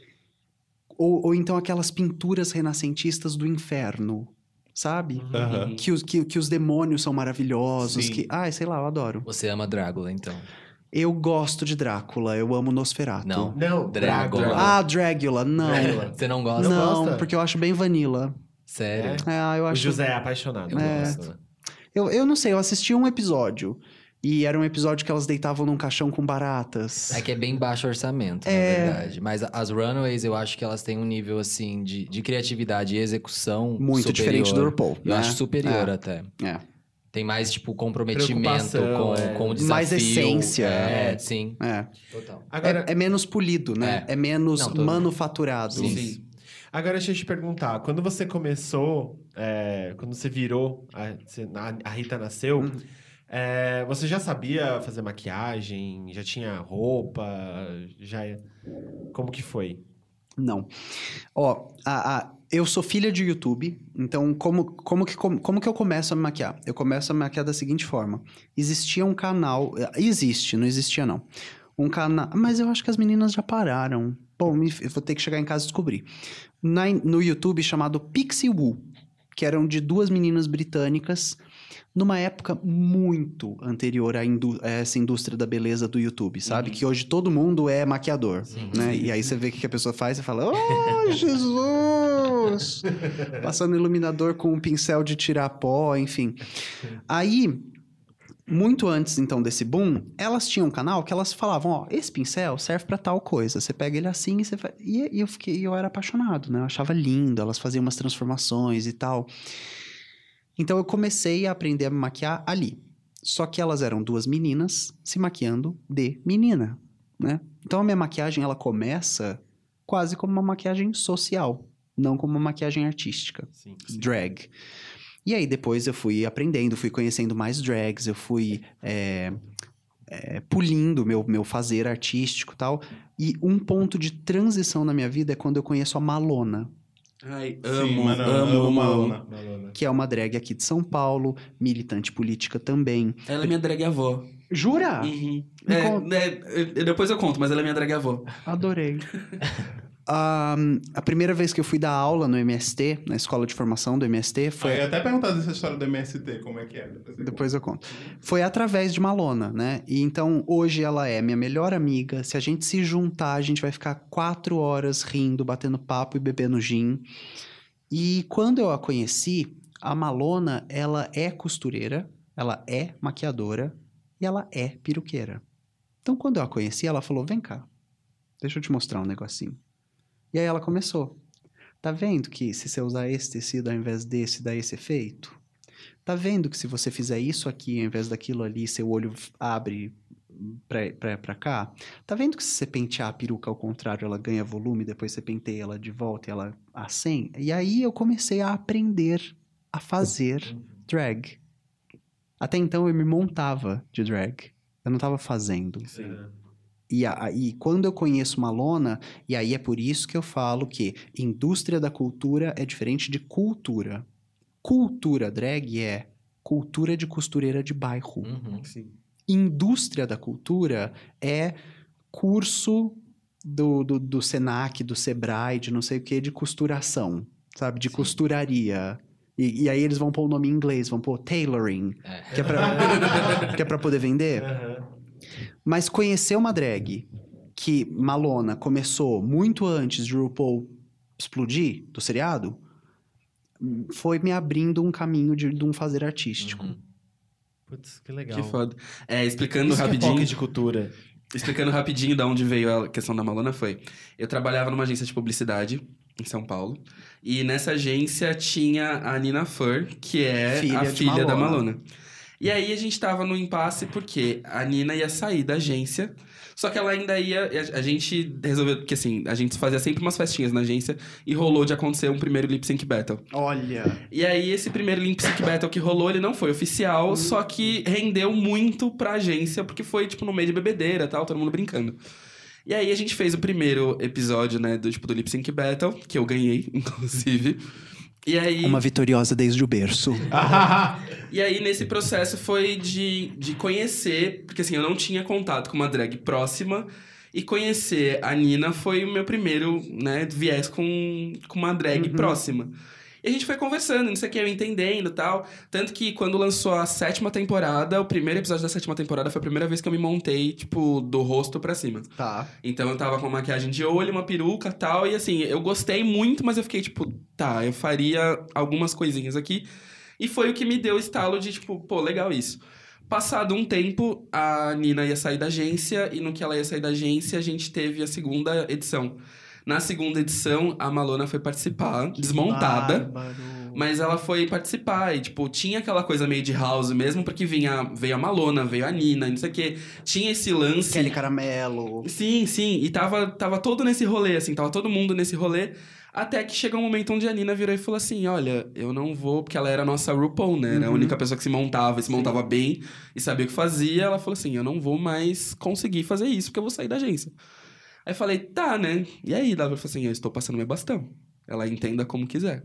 Ou, ou então aquelas pinturas renascentistas do inferno, sabe? Aham. Que os, que, que os demônios são maravilhosos, Sim. que... Ai, sei lá, eu adoro. Você ama Drácula, então. Eu gosto de Drácula, eu amo Nosferatu. Não. Não, Drácula. Drácula. Ah, Drácula, não. Drácula. Você não gosta? Não, gosta? porque eu acho bem vanilla. Sério? É? Ah, eu O acho... José é apaixonado. Eu É. gosto. Eu, eu não sei, eu assisti um episódio. E era um episódio que elas deitavam num caixão com baratas. É que é bem baixo orçamento, É. na verdade. Mas as Runaways, eu acho que elas têm um nível, assim, de, de criatividade e execução Muito superior. diferente do RuPaul, Eu né? acho superior É. até. É. Tem mais, tipo, comprometimento Preocupação, com, é. com o desafio. Mais essência. É, sim. É. Total. Agora, É, é menos polido, né? É, É. menos Não, todo- manufaturado. Sim. Sim. agora deixa eu te perguntar. Quando você começou, é, quando você virou, a, você- a- a Rita nasceu, Uhum. é, você já sabia fazer maquiagem? Já tinha roupa? Já... Como que foi? Não. Ó, a, a- eu sou filha de YouTube, então como, como, que, como, como que eu começo a me maquiar? Eu começo a me maquiar da seguinte forma. Existia um canal... Existe, não existia não. Um canal... Mas eu acho que as meninas já pararam. Bom, me- eu vou ter que chegar em casa e descobrir. Na, no YouTube chamado Pixie Woo, que eram de duas meninas britânicas, numa época muito anterior à indú- a essa indústria da beleza do YouTube, sabe? Que hoje todo mundo é maquiador, né? E aí você vê o que a pessoa faz e fala, oh, Jesus! Passando iluminador com um pincel de tirar pó, enfim. Aí, muito antes, então, desse boom, elas tinham um canal que elas falavam, ó, esse pincel serve pra tal coisa. Você pega ele assim e você faz... E, e eu fiquei, eu era apaixonado, né? Eu achava lindo, elas faziam umas transformações e tal. Então, eu comecei a aprender a me maquiar ali. Só que elas eram duas meninas se maquiando de menina, né? Então, a minha maquiagem, ela começa quase como uma maquiagem social, não como uma maquiagem artística. Sim. Drag. E aí, depois eu fui aprendendo, fui conhecendo mais drags, eu fui é, é, pulindo meu, meu fazer artístico e tal. E um ponto de transição na minha vida é quando eu conheço a Malona, Ai, Sim, amo, mano, amo, amo, Malona. Malona. que é uma drag aqui de São Paulo, militante política também. Ela é minha drag avó. Jura? Uhum. Me É, conta. é, eu- depois eu conto, mas ela é minha drag avó. Adorei. Um, a primeira vez que eu fui dar aula no M S T, na escola de formação do M S T, foi... Eu ia até perguntar dessa história do M S T, como é que é. Depois eu Depois eu conto. Foi através de Malona, né? E então, hoje ela é minha melhor amiga. Se a gente se juntar, a gente vai ficar quatro horas rindo, batendo papo e bebendo gin. E quando eu a conheci, a Malona, ela é costureira, ela é maquiadora e ela é peruqueira. Então, quando eu a conheci, ela falou, vem cá, deixa eu te mostrar um negocinho. E aí ela começou. Tá vendo que se você usar esse tecido ao invés desse, dá esse efeito? Tá vendo que se você fizer isso aqui ao invés daquilo ali, seu olho abre pra, pra, pra cá? Tá vendo que se você pentear a peruca ao contrário, ela ganha volume, depois você penteia ela de volta e ela assim? E aí eu comecei a aprender a fazer drag. Até então eu me montava de drag. Eu não tava fazendo. Sim. E, a, e quando eu conheço Malona, e aí é por isso que eu falo que indústria da cultura é diferente de cultura. Cultura drag é cultura de costureira de bairro. Uhum. Sim. Indústria da cultura é curso do, do, do Senac, do Sebrae, de não sei o que, de costuração, sabe? De costuraria. E, e aí eles vão pôr o nome em inglês, vão pôr tailoring, É. que, é pra, que é pra poder vender. Aham. Mas conhecer uma drag que Malona começou muito antes de RuPaul explodir, do seriado, foi me abrindo um caminho de, de um fazer artístico. Uhum. Putz, que legal. Que foda. É, explicando Isso que é rapidinho. toque de cultura. Explicando rapidinho de onde veio a questão da Malona foi... Eu trabalhava numa agência de publicidade em São Paulo. E nessa agência tinha a Nina Fur, que é Filha a de filha da Malona. Malona. E aí a gente tava no impasse porque a Nina ia sair da agência... Só que ela ainda ia... A, a gente resolveu... Porque assim, a gente fazia sempre umas festinhas na agência. E rolou de acontecer um primeiro lip sync battle. Olha... E aí, esse primeiro lip sync battle que rolou, ele não foi oficial, só que rendeu muito pra agência, porque foi, tipo, no meio de bebedeira e tal, todo mundo brincando. E aí, a gente fez o primeiro episódio, né, do, tipo, do lip sync battle, que eu ganhei, inclusive. E aí... Uma vitoriosa desde o berço. E aí, nesse processo, foi de, de conhecer... Porque, assim, eu não tinha contato com uma drag próxima. E conhecer a Nina foi o meu primeiro, né, viés com, com uma drag Uhum. próxima. E a gente foi conversando, não sei o que, eu entendendo e tal. Tanto que quando lançou a sétima temporada, o primeiro episódio da sétima temporada foi a primeira vez que eu me montei, tipo, do rosto pra cima. Tá. Então eu tava com maquiagem de olho, uma peruca e tal. E assim, eu gostei muito, mas eu fiquei tipo, tá, eu faria algumas coisinhas aqui. E foi o que me deu o estalo de, tipo, pô, legal isso. Passado um tempo, a Nina ia sair da agência. E no que ela ia sair da agência, a gente teve a segunda edição. Na segunda edição, a Malona foi participar, desmontada. Bárbaro. Mas ela foi participar e, tipo, tinha aquela coisa meio de house mesmo, porque vinha, veio a Malona, veio a Nina, não sei o quê. Tinha esse lance... Kelly Caramelo. Sim, sim. E tava, tava todo nesse rolê, assim. Tava todo mundo nesse rolê. Até que chegou um momento onde a Nina virou e falou assim, olha, eu não vou... Porque ela era a nossa RuPaul, né? Era a Uhum. única pessoa que se montava, e se montava bem. E sabia o que fazia. Ela falou assim, eu não vou mais conseguir fazer isso, porque eu vou sair da agência. Aí eu falei, tá, né? E aí, ela falou assim, eu estou passando meu bastão. Ela entenda como quiser.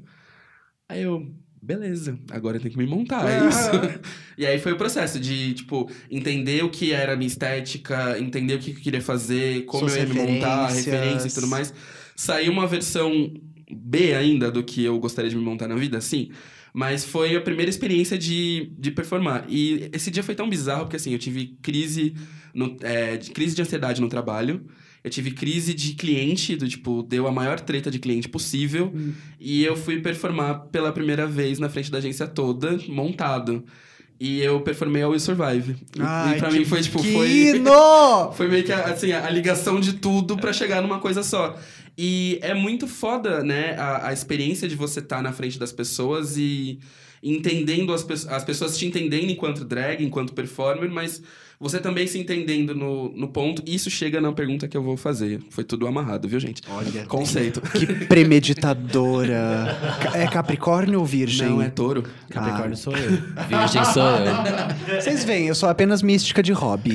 Aí eu, beleza, agora eu tenho que me montar, é isso. E aí foi o processo de, tipo, entender o que era a minha estética, entender o que eu queria fazer, como Suas eu ia me montar, referências. referência e tudo mais. Saiu uma versão B ainda do que eu gostaria de me montar na vida, sim. Mas foi a primeira experiência de, de performar. E esse dia foi tão bizarro, porque assim, eu tive crise, no, é, de, crise de ansiedade no trabalho. Eu tive crise de cliente, do tipo, deu a maior treta de cliente possível. Hum. E eu fui performar pela primeira vez na frente da agência toda, montado. E eu performei a Will Survive. E- Ai, e pra que mim foi, tipo, foi... Quino! Foi meio que, assim, a ligação de tudo pra chegar numa coisa só. E é muito foda, né? A, a experiência de você estar na frente das pessoas e entendendo as, pe- as pessoas te entendendo enquanto drag, enquanto performer, mas você também se entendendo no, no ponto. Isso chega na pergunta que eu vou fazer. Foi tudo amarrado, viu, gente? Olha, Conceito. que premeditadora. É Capricórnio ou Virgem? Não, é touro. Capricórnio sou eu. Virgem sou eu. Vocês veem, eu sou apenas mística de hobby.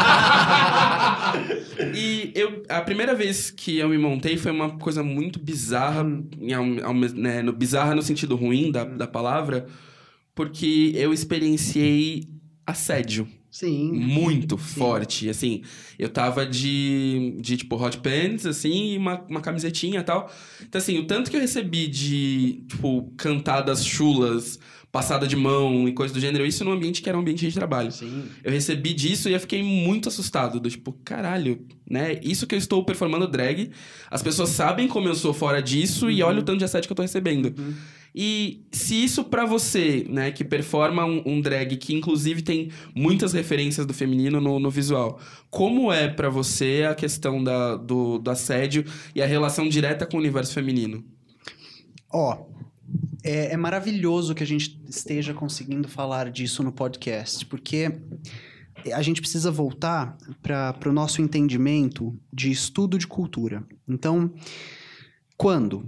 E eu, a primeira vez que eu me montei foi uma coisa muito bizarra, em ao- ao mes- né, no, bizarra no sentido ruim da, da palavra, porque eu experienciei assédio. Sim. Muito forte. Assim, eu tava de, de tipo, hot pants, assim, e uma, uma camisetinha e tal. Então, assim, o tanto que eu recebi de, tipo, cantadas chulas, passada de mão e coisa do gênero, isso num ambiente que era um ambiente de trabalho. Sim. Eu recebi disso e eu fiquei muito assustado. Do tipo, caralho, né? Isso que eu estou performando drag, as pessoas sabem como eu sou fora disso e olha o tanto de assédio que eu tô recebendo. Uhum. E se isso pra você, né, que performa um, um drag que inclusive tem muitas referências do feminino no, no visual, como é pra você a questão da, do, do assédio e a relação direta com o universo feminino? Ó, é, é maravilhoso que a gente esteja conseguindo falar disso no podcast, porque a gente precisa voltar para o nosso entendimento de estudo de cultura. Então, quando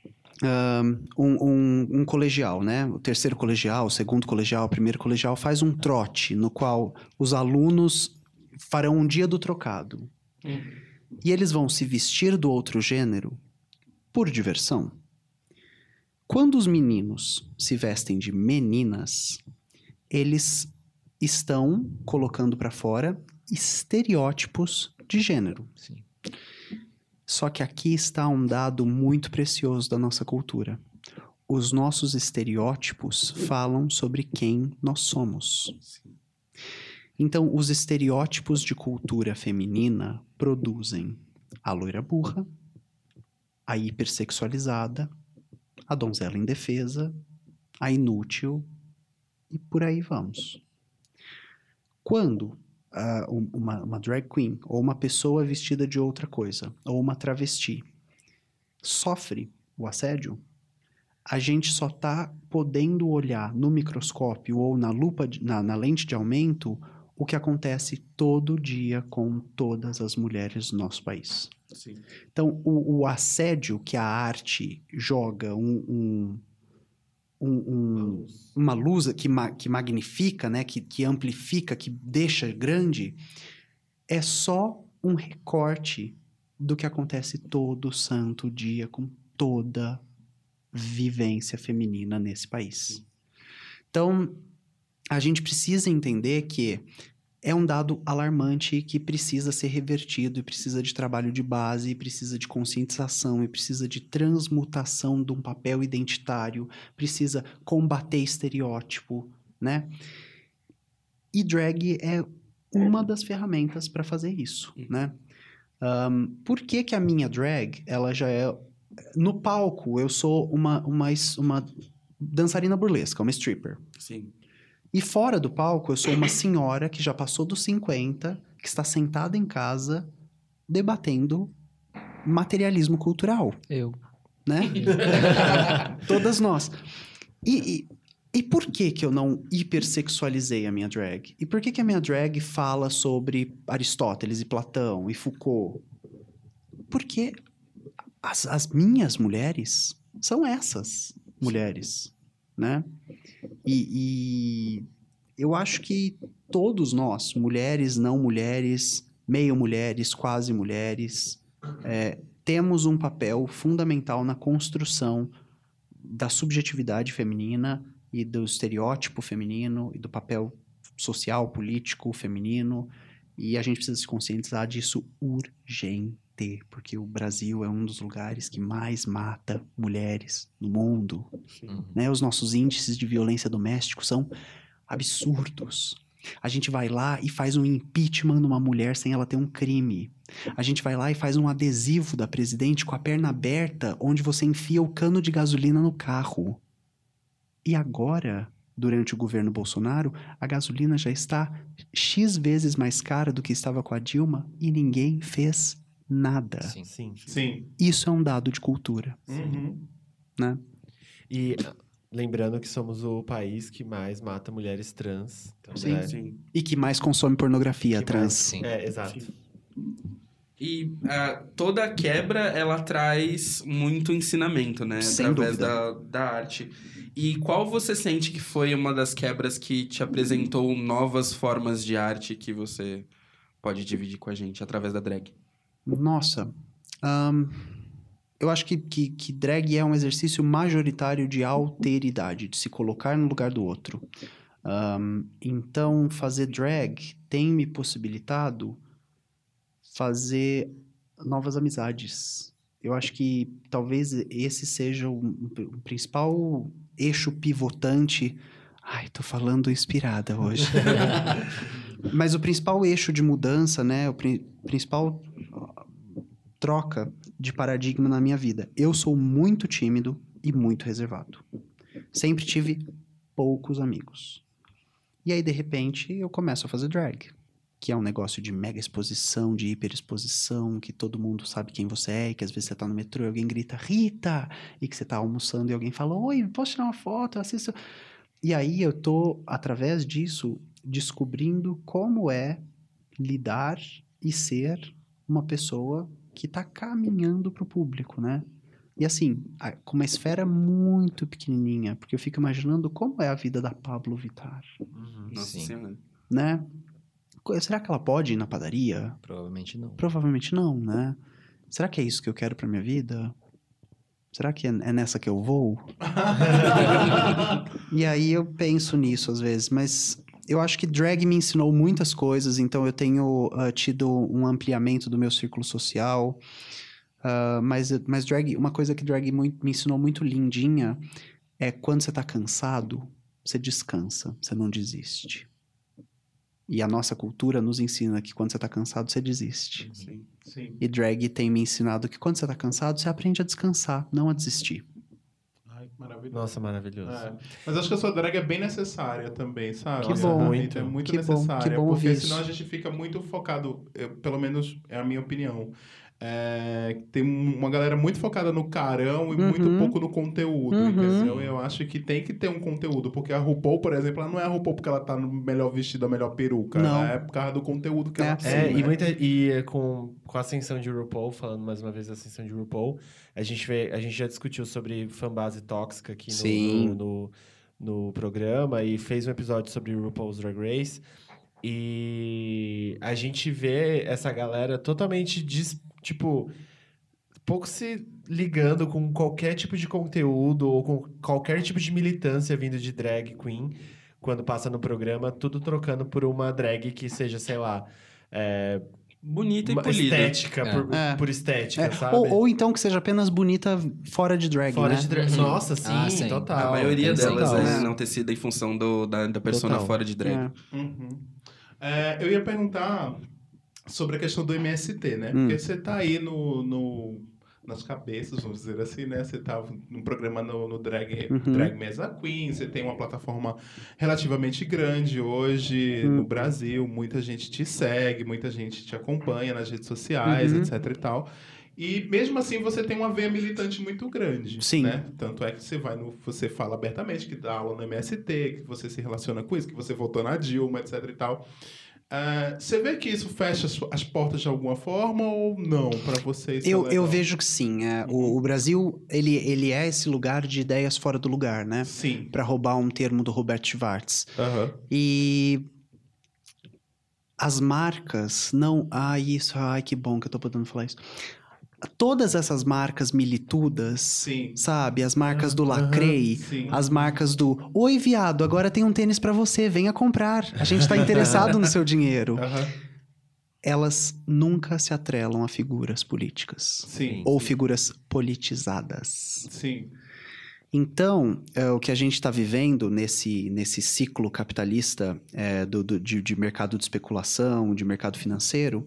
um, um, um colegial, né? O terceiro colegial, o segundo colegial, o primeiro colegial faz um trote no qual os alunos farão um dia do trocado. Hum. E eles vão se vestir do outro gênero por diversão. Quando os meninos se vestem de meninas, eles estão colocando para fora estereótipos de gênero. Sim. Só que aqui está um dado muito precioso da nossa cultura. Os nossos estereótipos falam sobre quem nós somos. Então, os estereótipos de cultura feminina produzem a loira burra, a hipersexualizada, a donzela indefesa, a inútil, e por aí vamos. Quando uh, uma, uma drag queen, ou uma pessoa vestida de outra coisa, ou uma travesti, sofre o assédio, a gente só está podendo olhar no microscópio ou na lupa, de, na, na lente de aumento, o que acontece todo dia com todas as mulheres do nosso país. Sim. Então, o, o assédio que a arte joga, um, um, um, um, uma luz que, ma, que magnifica, né, que, que amplifica, que deixa grande, é só um recorte do que acontece todo santo dia com toda vivência feminina nesse país. Então, a gente precisa entender que é um dado alarmante que precisa ser revertido e precisa de trabalho de base, e precisa de conscientização, e precisa de transmutação de um papel identitário, precisa combater estereótipo, né? E drag é uma das ferramentas para fazer isso, né? Um, por que que a minha drag, ela já é... No palco, eu sou uma, uma, uma dançarina burlesca, uma stripper. Sim. E fora do palco, eu sou uma senhora que já passou dos cinquenta, que está sentada em casa, debatendo materialismo cultural. Eu. Né? Todas nós. E, e, e por que que eu não hipersexualizei a minha drag? E por que que a minha drag fala sobre Aristóteles e Platão e Foucault? Porque as, as minhas mulheres são essas mulheres, né? E, e eu acho que todos nós, mulheres, não mulheres, meio mulheres, quase mulheres, é, temos um papel fundamental na construção da subjetividade feminina e do estereótipo feminino e do papel social, político feminino, e a gente precisa se conscientizar disso urgente, porque o Brasil é um dos lugares que mais mata mulheres no mundo. Uhum. Né? Os nossos índices de violência doméstica são absurdos. A gente vai lá e faz um impeachment numa mulher sem ela ter um crime. A gente vai lá e faz um adesivo da presidente com a perna aberta, onde você enfia o cano de gasolina no carro. E agora, durante o governo Bolsonaro, a gasolina já está X vezes mais cara do que estava com a Dilma e ninguém fez nada. Sim, sim. Sim. Isso é um dado de cultura. Uhum. Né? E lembrando que somos o país que mais mata mulheres trans. Então, sim, né? sim. E que mais consome pornografia que trans. Mais... Sim. É, exato. Sim. E uh, toda a quebra, ela traz muito ensinamento, né? Sem Através dúvida. da, da arte. E qual você sente que foi uma das quebras que te apresentou novas formas de arte que você pode dividir com a gente através da drag? Nossa, um, eu acho que, que, que drag é um exercício majoritário de alteridade, de se colocar no lugar do outro. Um, então, fazer drag tem me possibilitado fazer novas amizades. Eu acho que talvez esse seja o, o principal eixo pivotante. Ai, tô falando inspirada hoje. Mas o principal eixo de mudança, né? O pri- principal troca de paradigma na minha vida. Eu sou muito tímido e muito reservado. Sempre tive poucos amigos. E aí, de repente, eu começo a fazer drag. Que é um negócio de mega exposição, de hiperexposição, que todo mundo sabe quem você é, e que às vezes você tá no metrô e alguém grita, Rita! E que você tá almoçando e alguém fala, oi, posso tirar uma foto? Eu assisto... E aí eu tô, através disso, descobrindo como é lidar e ser uma pessoa que tá caminhando pro público, né? E assim, a- com uma esfera muito pequenininha, porque eu fico imaginando como é a vida da Pablo Vittar, Nossa Sim. Senhora. né? Co- Será que ela pode ir na padaria? Provavelmente não. Provavelmente não, né? Será que é isso que eu quero pra minha vida? Será que é, é nessa que eu vou? E aí eu penso nisso às vezes, mas eu acho que drag me ensinou muitas coisas, então eu tenho ah, tido um ampliamento do meu círculo social. Ah, mas, mas drag, uma coisa que drag muito- me ensinou muito lindinha é quando você tá cansado, você descansa, você não desiste. E a nossa cultura nos ensina que quando você tá cansado, você desiste. Sim. Sim. E drag tem me ensinado que quando você tá cansado, você aprende a descansar, não a desistir. Ai, que maravilhoso. Nossa, maravilhoso. É. Mas acho que a sua drag é bem necessária também, sabe? Que Essa bom. Rita É muito Que bom, necessária. que bom porque ouvir senão isso. a gente fica muito focado, eu- pelo menos é a minha opinião. É, tem uma galera muito focada no carão e Uhum. muito pouco no conteúdo, Uhum. entendeu? Eu acho que tem que ter um conteúdo, porque a RuPaul, por exemplo, ela não é a RuPaul porque ela tá no melhor vestido, a melhor peruca. Não. Ela é por causa do conteúdo que É. ela tem, É, né? e, muita, e é, com, com a ascensão de RuPaul, falando mais uma vez da ascensão de RuPaul, a gente, vê, a gente já discutiu sobre fanbase tóxica aqui Sim. no, no, no, no programa e fez um episódio sobre RuPaul's Drag Race. E a gente vê essa galera totalmente, dis, tipo, pouco se ligando com qualquer tipo de conteúdo ou com qualquer tipo de militância vindo de drag queen quando passa no programa, tudo trocando por uma drag que seja, sei lá, é, Bonita e uma polida. estética, É. por, É. por estética, É, sabe? ou, ou então que seja apenas bonita fora de drag, Fora né? de drag. Nossa, sim, Ah, sim. total. A maioria tem delas total. é É. enaltecida em função do, da, da persona Total. fora de drag. É. Uhum. É, eu ia perguntar sobre a questão do M S T, né? Hum. Porque você tá aí no, no, nas cabeças, vamos dizer assim, né? Você tá num programa no, no Drag, Uhum. Drag Mesa Queen, você tem uma plataforma relativamente grande hoje Hum. no Brasil, muita gente te segue, muita gente te acompanha nas redes sociais, Uhum. etc e tal. E mesmo assim você tem uma veia militante muito grande, Sim. né? Tanto é que você vai no, você fala abertamente que dá aula no M S T, que você se relaciona com isso, que você votou na Dilma, etc e tal. Ah, você vê que isso fecha as, as portas de alguma forma ou não para você? Isso é Eu, legal? eu vejo que sim. É, o, o Brasil, ele, ele é esse lugar de ideias fora do lugar, né? Sim. Para roubar um termo do Robert Schwartz. Aham. E as marcas não... Ai, isso... Ai, que bom que eu tô podendo falar isso. Todas essas marcas militudas, Sim. sabe? As marcas do Aham, Lacrei, sim. as marcas do... Oi, viado, agora tem um tênis pra você, venha comprar. A gente tá interessado no seu dinheiro. Aham. Elas nunca se atrelam a figuras políticas. Sim. Ou sim. figuras politizadas. Sim. Então, é, o que a gente está vivendo nesse, nesse ciclo capitalista é, do, do- de, de mercado de especulação, de mercado financeiro,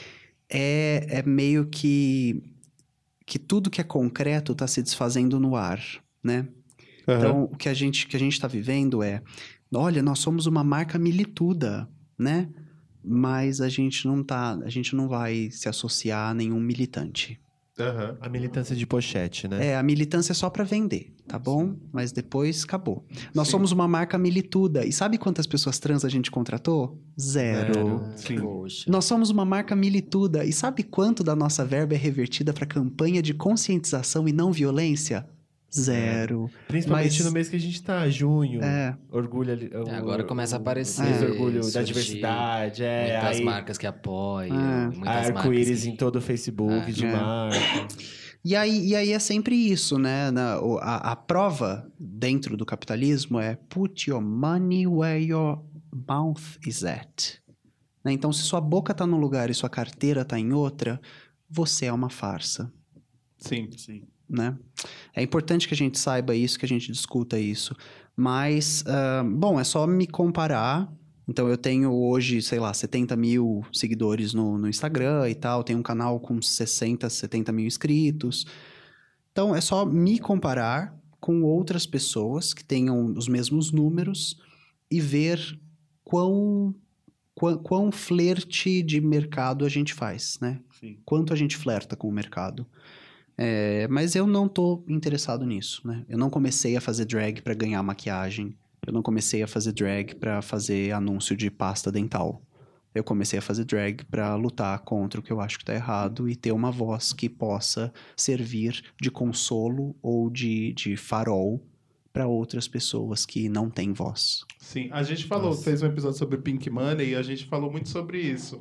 é, é meio que, que tudo que é concreto está se desfazendo no ar, né? Então, o que a gente que a gente está vivendo é, olha, nós somos uma marca milituda, né? Mas a gente não tá, a gente não vai se associar a nenhum militante. Aham. A militância de pochete, né? É, a militância é só para vender, tá bom? Mas depois acabou. Nós Sim. somos uma marca milituda. E sabe quantas pessoas trans a gente contratou? Zero. Sim. Poxa. Nós somos uma marca milituda. E sabe quanto da nossa verba é revertida para campanha de conscientização e não violência? Zero. Principalmente Mas- no mês que a gente tá, junho. É. Orgulho ali. o- agora começa a aparecer, Mês do orgulho da surgir diversidade. É, Muitas aí, marcas que apoiam, É. muitas marcas arco-íris que... em todo o Facebook É. de É. marca. E aí, e aí é sempre isso, né? Na, o- a, a prova dentro do capitalismo é put your money where your mouth is at. Né? Então, se sua boca tá num lugar e sua carteira tá em outra, você é uma farsa, Sim. Sim. né? É importante que a gente saiba isso, que a gente discuta isso. Mas, ah, bom, é só me comparar. Então, eu tenho hoje, sei lá, setenta mil seguidores no, no Instagram e tal. Tenho um canal com sessenta, setenta mil inscritos. Então, é só me comparar com outras pessoas que tenham os mesmos números e ver quão, quão, quão flerte de mercado a gente faz, né? Sim. Quanto a gente flerta com o mercado. É, mas eu não tô interessado nisso, né? Eu não comecei a fazer drag pra ganhar maquiagem. Eu não comecei a fazer drag pra fazer anúncio de pasta dental. Eu comecei a fazer drag pra lutar contra o que eu acho que tá errado e ter uma voz que possa servir de consolo ou de, de farol pra outras pessoas que não têm voz. Sim, a gente falou, Nossa. fez um episódio sobre Pink Money e a gente falou muito sobre isso.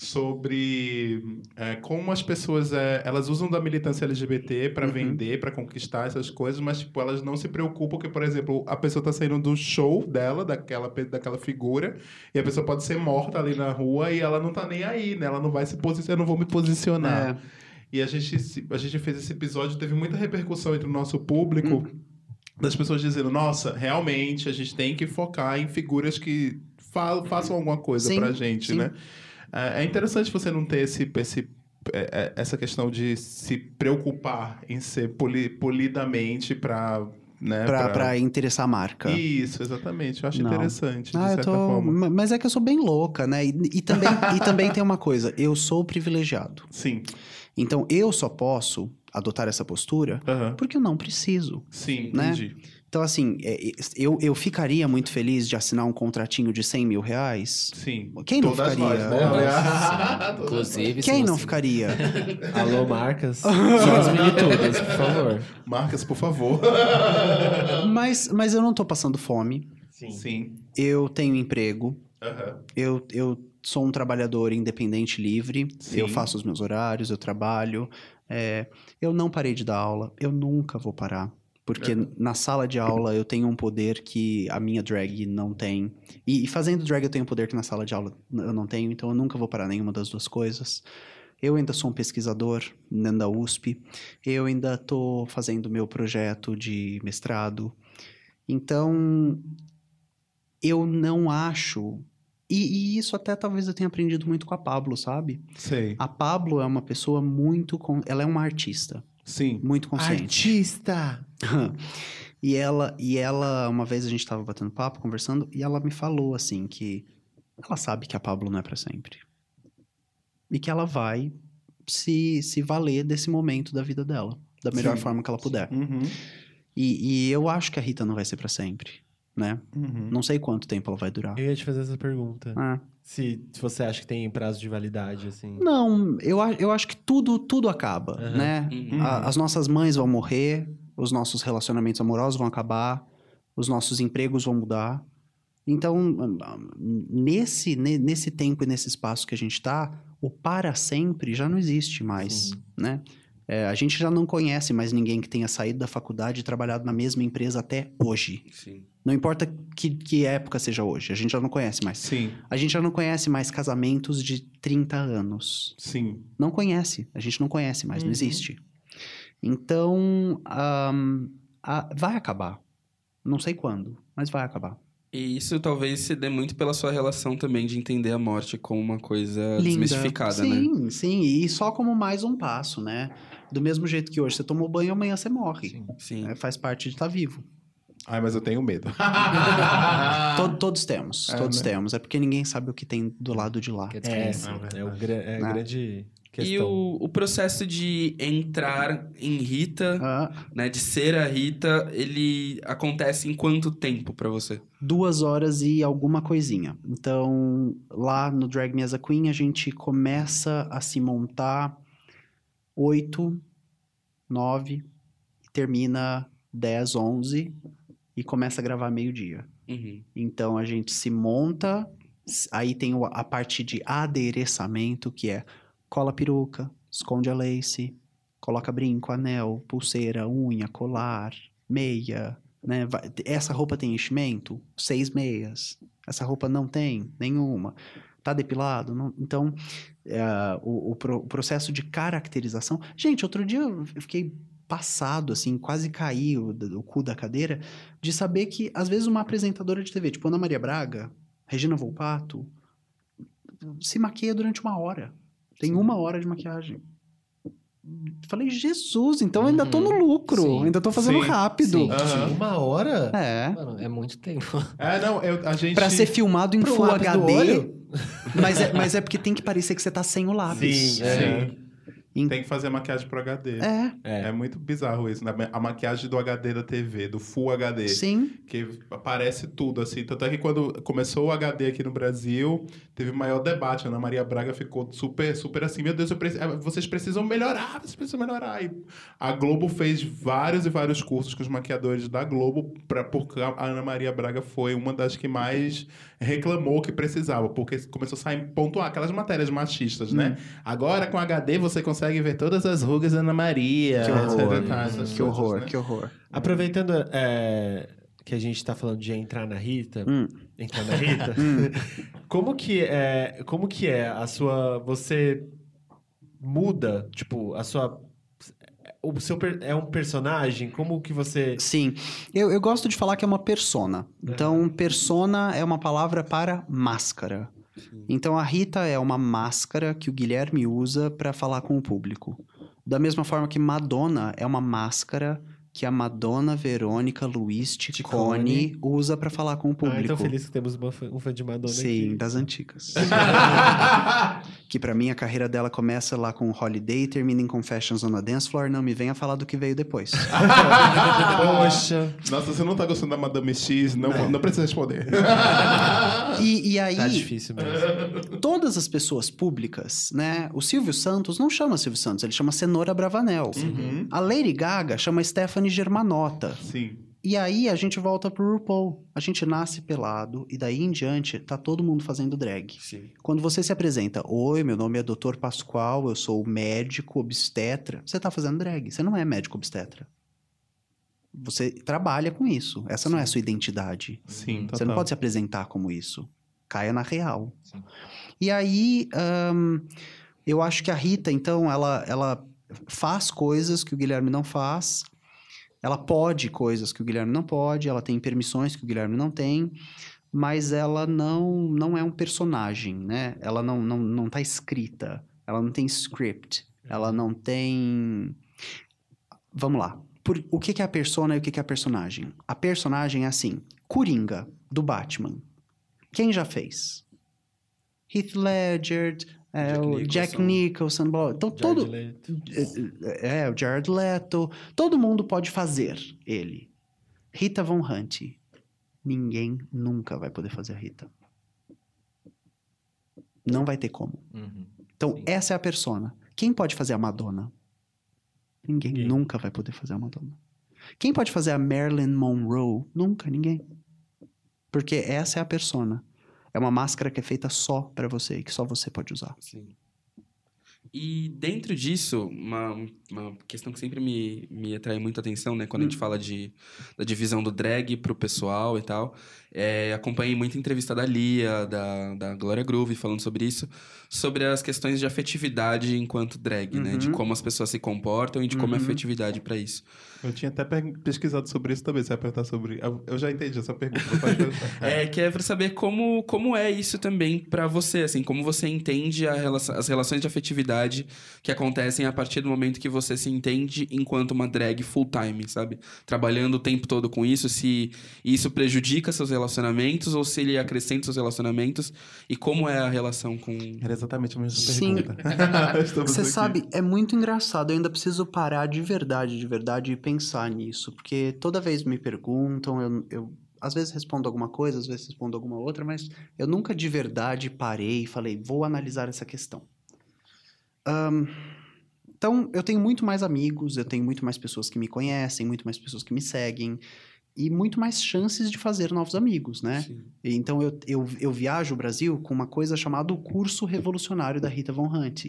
Sobre é, como as pessoas, é, elas usam da militância L G B T para Uhum. vender, para conquistar essas coisas, mas, tipo, elas não se preocupam que, por exemplo, a pessoa tá saindo do show dela, daquela, pe- daquela figura, e a pessoa pode ser morta ali na rua e ela não tá nem aí, né? Ela não vai se posicionar, eu não vou me posicionar. É. E a gente, se- a gente fez esse episódio, teve muita repercussão entre o nosso público, das pessoas dizendo, nossa, realmente, a gente tem que focar em figuras que fa- façam alguma coisa Sim, pra gente, sim. né? É é interessante você não ter esse, esse, é, é, essa questão de se preocupar em ser poli, polidamente pra... Né, Pra, pra interessar a marca. Isso, exatamente. Eu acho Não. interessante, de Ah, eu certa tô... forma. ma- Mas é que eu sou bem louca, né? E, e também, e também tem uma coisa, eu sou privilegiado. Sim. Então, eu só posso adotar essa postura Aham. porque eu não preciso. Sim, Né? entendi. Então, assim, é, eu, eu ficaria muito feliz de assinar um contratinho de cem mil reais. Sim. Quem não Todas ficaria? nós, né? Nossa, inclusive, se Quem não você- ficaria? Alô, marcas. São as militudas, por favor. Marcas, por favor. mas, mas eu não tô passando fome. Sim. Sim. Eu tenho emprego. Aham. Eu, eu sou um trabalhador independente livre. Sim. Eu faço os meus horários, eu trabalho. É, eu não parei de dar aula. Eu nunca vou parar. Porque Uhum. na sala de aula eu tenho um poder que a minha drag não tem. E, e fazendo drag eu tenho um poder que na sala de aula eu não tenho. Então eu nunca vou parar nenhuma das duas coisas. Eu ainda sou um pesquisador dentro da U S P. Eu ainda tô fazendo meu projeto de mestrado. Então, eu não acho... E, e isso até talvez eu tenha aprendido muito com a Pablo, sabe? Sei. A Pablo é uma pessoa muito... Con... Ela é uma artista, Sim. muito consciente. Artista! E ela, e ela, uma vez a gente tava batendo papo, conversando, e ela me falou, assim, que ela sabe que a Pablo não é pra sempre. E que ela vai se, se valer desse momento da vida dela, da melhor Sim. forma que ela puder. Uhum. E, e eu acho que a Rita não vai ser pra sempre, né? Uhum. Não sei quanto tempo ela vai durar. Eu ia te fazer essa pergunta. Ah. Se, se você acha que tem prazo de validade, assim. Não, eu, a- eu acho que tudo, tudo acaba, Aham. né? Uhum. A- as nossas mães vão morrer, os nossos relacionamentos amorosos vão acabar, os nossos empregos vão mudar. Então, nesse, ne- nesse tempo e nesse espaço que a gente tá, o para sempre já não existe mais, Sim. né? É, a gente já não conhece mais ninguém que tenha saído da faculdade e trabalhado na mesma empresa até hoje. Sim. Não importa que, que época seja hoje, a gente já não conhece mais. Sim. A gente já não conhece mais casamentos de trinta anos. Sim. Não conhece. A gente não conhece mais, não Uhum. existe. Então, ahn, a- vai acabar. Não sei quando, mas vai acabar. E isso talvez se dê muito pela sua relação também de entender a morte como uma coisa Linda. desmistificada, né? Sim, sim. E só como mais um passo, né? Do mesmo jeito que hoje você tomou banho, amanhã você morre. Sim. É, faz parte de estar vivo. Ai, mas eu tenho medo. To- todos temos, É, todos né? temos. É porque ninguém sabe o que tem do lado de lá. Que é É, desconhecido. é, o gra- é a Ah. grande E questão. o, o processo de entrar em Rita, Ah, né, de ser a Rita, ele acontece em quanto tempo pra você? duas horas e alguma coisinha. Então, lá no Drag Me As a Queen, a gente começa a se montar oito, nove, termina dez, onze e começa a gravar meio-dia. Uhum. Então, a gente se monta, s- aí tem o- a parte de adereçamento, que é cola a peruca, esconde a lace, Coloca brinco, anel, pulseira, unha, colar, meia, né? Vai- essa roupa tem enchimento? Seis meias. Essa roupa não tem nenhuma. Tá depilado? Não- Então, é, o, o pro- o processo de caracterização... Gente, outro dia eu fiquei passado, assim, quase caí o, o cu da cadeira, de saber que, às vezes, uma apresentadora de T V, tipo Ana Maria Braga, Regina Volpato, se maquia durante uma hora. Tem uma hora de maquiagem. Falei, Jesus, então eu ainda tô no lucro. Sim. Ainda tô fazendo Sim. rápido. Sim. Aham. Uma hora? É. Mano, é muito tempo. É, não, eu, a gente... Pra ser filmado em Pro Full lápis do H D. olho? Mas é, mas é porque tem que parecer que você tá sem o lápis. Sim, é. Sim. Em- Tem que fazer maquiagem pro H D. É, É. É muito bizarro isso, né? A maquiagem do H D da T V, do Full H D. sim. Que aparece tudo, assim. Tanto é que quando começou o H D aqui no Brasil, teve o maior debate. A Ana Maria Braga ficou super, super assim, meu Deus, eu preci- vocês precisam melhorar, vocês precisam melhorar. E a Globo fez vários e vários cursos com os maquiadores da Globo, pra, porque a Ana Maria Braga foi uma das que mais reclamou que precisava, porque começou a sair pontuar aquelas matérias machistas, né? Agora com H D você consegue ver todas as rugas da Ana Maria. Que horror. etc, tá, essas Que coisas, horror, né? que horror. Aproveitando é, que a gente tá falando de entrar na Rita, Hum. entrar na Rita, como que é, como que é a sua, você muda, tipo, a sua, o seu per- é um personagem, como que você... Sim. Eu, eu gosto de falar que é uma persona. Então, persona é uma palavra para máscara. Então, a Rita é uma máscara que o Guilherme usa para falar com o público. Da mesma forma que Madonna é uma máscara que a Madonna Verônica Luiz Ticone usa para falar com o Ah, público. então feliz que temos uma fã- um fã de Madonna Sim, aqui. das antigas. Que pra mim a carreira dela começa lá com Holiday e termina em Confessions on a Dance Floor. Não me venha falar do que veio depois. Poxa. Nossa, você não tá gostando da Madame X, não, não precisa responder. E, e aí, Tá difícil mesmo. todas as pessoas públicas, né? O Silvio Santos não chama Silvio Santos, ele chama Cenoura Bravanel. Uhum. A Lady Gaga chama Stephanie Germanotta. Sim. E aí a gente volta pro RuPaul. A gente nasce pelado e daí em diante tá todo mundo fazendo drag. Sim. Quando você se apresenta, oi, meu nome é doutor Pascoal, eu sou médico obstetra, você tá fazendo drag, você não é médico obstetra. Você trabalha com isso, essa não é a sua identidade. Sim, Você não pode se apresentar como isso. Caia na real. E aí, ahn, eu acho que a Rita, então, ela, ela faz coisas que o Guilherme não faz, ela pode coisas que o Guilherme não pode, ela tem permissões que o Guilherme não tem, mas ela não, não é um personagem, né? Ela não, não, não tá escrita, ela não tem script, ela não tem... Vamos lá. Por, o que que é a persona e o que que é a personagem? A personagem é assim, Coringa, do Batman. Quem já fez? Heath Ledger, é, Jack o Nicholson. Jack Nicholson, blá, então todo... Jared Leto. É, o Jared Leto. Todo mundo pode fazer ele. Rita Von Hunt. Ninguém nunca vai poder fazer a Rita. Não vai ter como. Uhum. Então, Sim. essa é a persona. Quem pode fazer a Madonna? Ninguém, Ninguém. nunca vai poder fazer a Madonna. Quem pode fazer a Marilyn Monroe? Nunca, ninguém. Porque essa é a persona. É uma máscara que é feita só pra você e que só você pode usar. Sim. E dentro disso, uma, uma questão que sempre me, me atrai muita atenção, né? Quando a gente fala de, da divisão do drag pro pessoal e tal. É, acompanhei muita entrevista da Lia, da, da Glória Groove, falando sobre isso. Sobre as questões de afetividade enquanto drag, né? De Uhum. como as pessoas se comportam e de como é a Uhum. afetividade pra isso. Eu tinha até pe- pesquisado sobre isso também, você vai perguntar sobre... Eu, eu já entendi essa pergunta, pode perguntar. É, que é pra saber como, como é isso também pra você, assim, como você entende a relação, as relações de afetividade que acontecem a partir do momento que você se entende enquanto uma drag full time, sabe? Trabalhando o tempo todo com isso, se isso prejudica seus relacionamentos ou se ele acrescenta seus relacionamentos e como é a relação com... Era exatamente a mesma Sim. pergunta. Estamos Você aqui. sabe, é muito engraçado. Eu ainda preciso parar de verdade, de verdade, e pensar nisso. Porque toda vez me perguntam, eu, eu às vezes respondo alguma coisa, às vezes respondo alguma outra, mas eu nunca de verdade parei e falei, vou analisar essa questão. Ahn, então, eu tenho muito mais amigos, eu tenho muito mais pessoas que me conhecem, muito mais pessoas que me seguem, e muito mais chances de fazer novos amigos, né? Sim. E Então, eu, eu, eu viajo o Brasil com uma coisa chamada o Curso Revolucionário da Rita Von Hunt,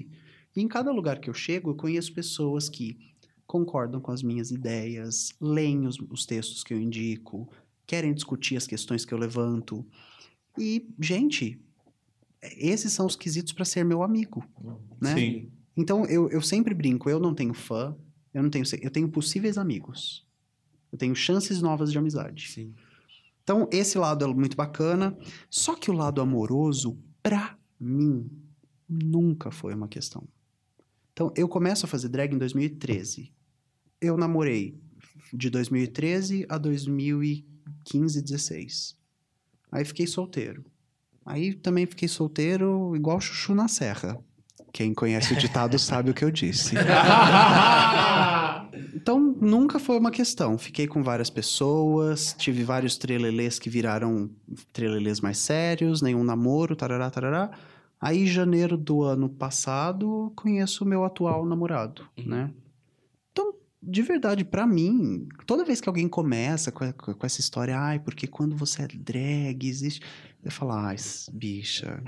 E em cada lugar que eu chego, eu conheço pessoas que concordam com as minhas ideias, leem os, os textos que eu indico, querem discutir as questões que eu levanto. E, gente, esses são os quesitos para ser meu amigo, né? Sim. Então, eu, eu sempre brinco, eu não tenho fã, eu não tenho... Eu tenho possíveis amigos. Eu tenho chances novas de amizade. Sim. Então, esse lado é muito bacana. Só que o lado amoroso, pra mim, nunca foi uma questão. Então, eu começo a fazer drag em dois mil e treze. Eu namorei de dois mil e treze a dois mil e quinze, dezesseis. Aí fiquei solteiro. Aí também fiquei solteiro igual chuchu na serra. Quem conhece o ditado sabe o que eu disse. Então, nunca foi uma questão. Fiquei com várias pessoas, tive vários trelelês que viraram trelelês mais sérios, nenhum namoro, tarará, tarará. Aí, em janeiro do ano passado, conheço o meu atual namorado, Uhum. né? Então, de verdade, pra mim, toda vez que alguém começa com, com essa história, ai, porque quando você é drag, existe... Eu falo, ai, bicha,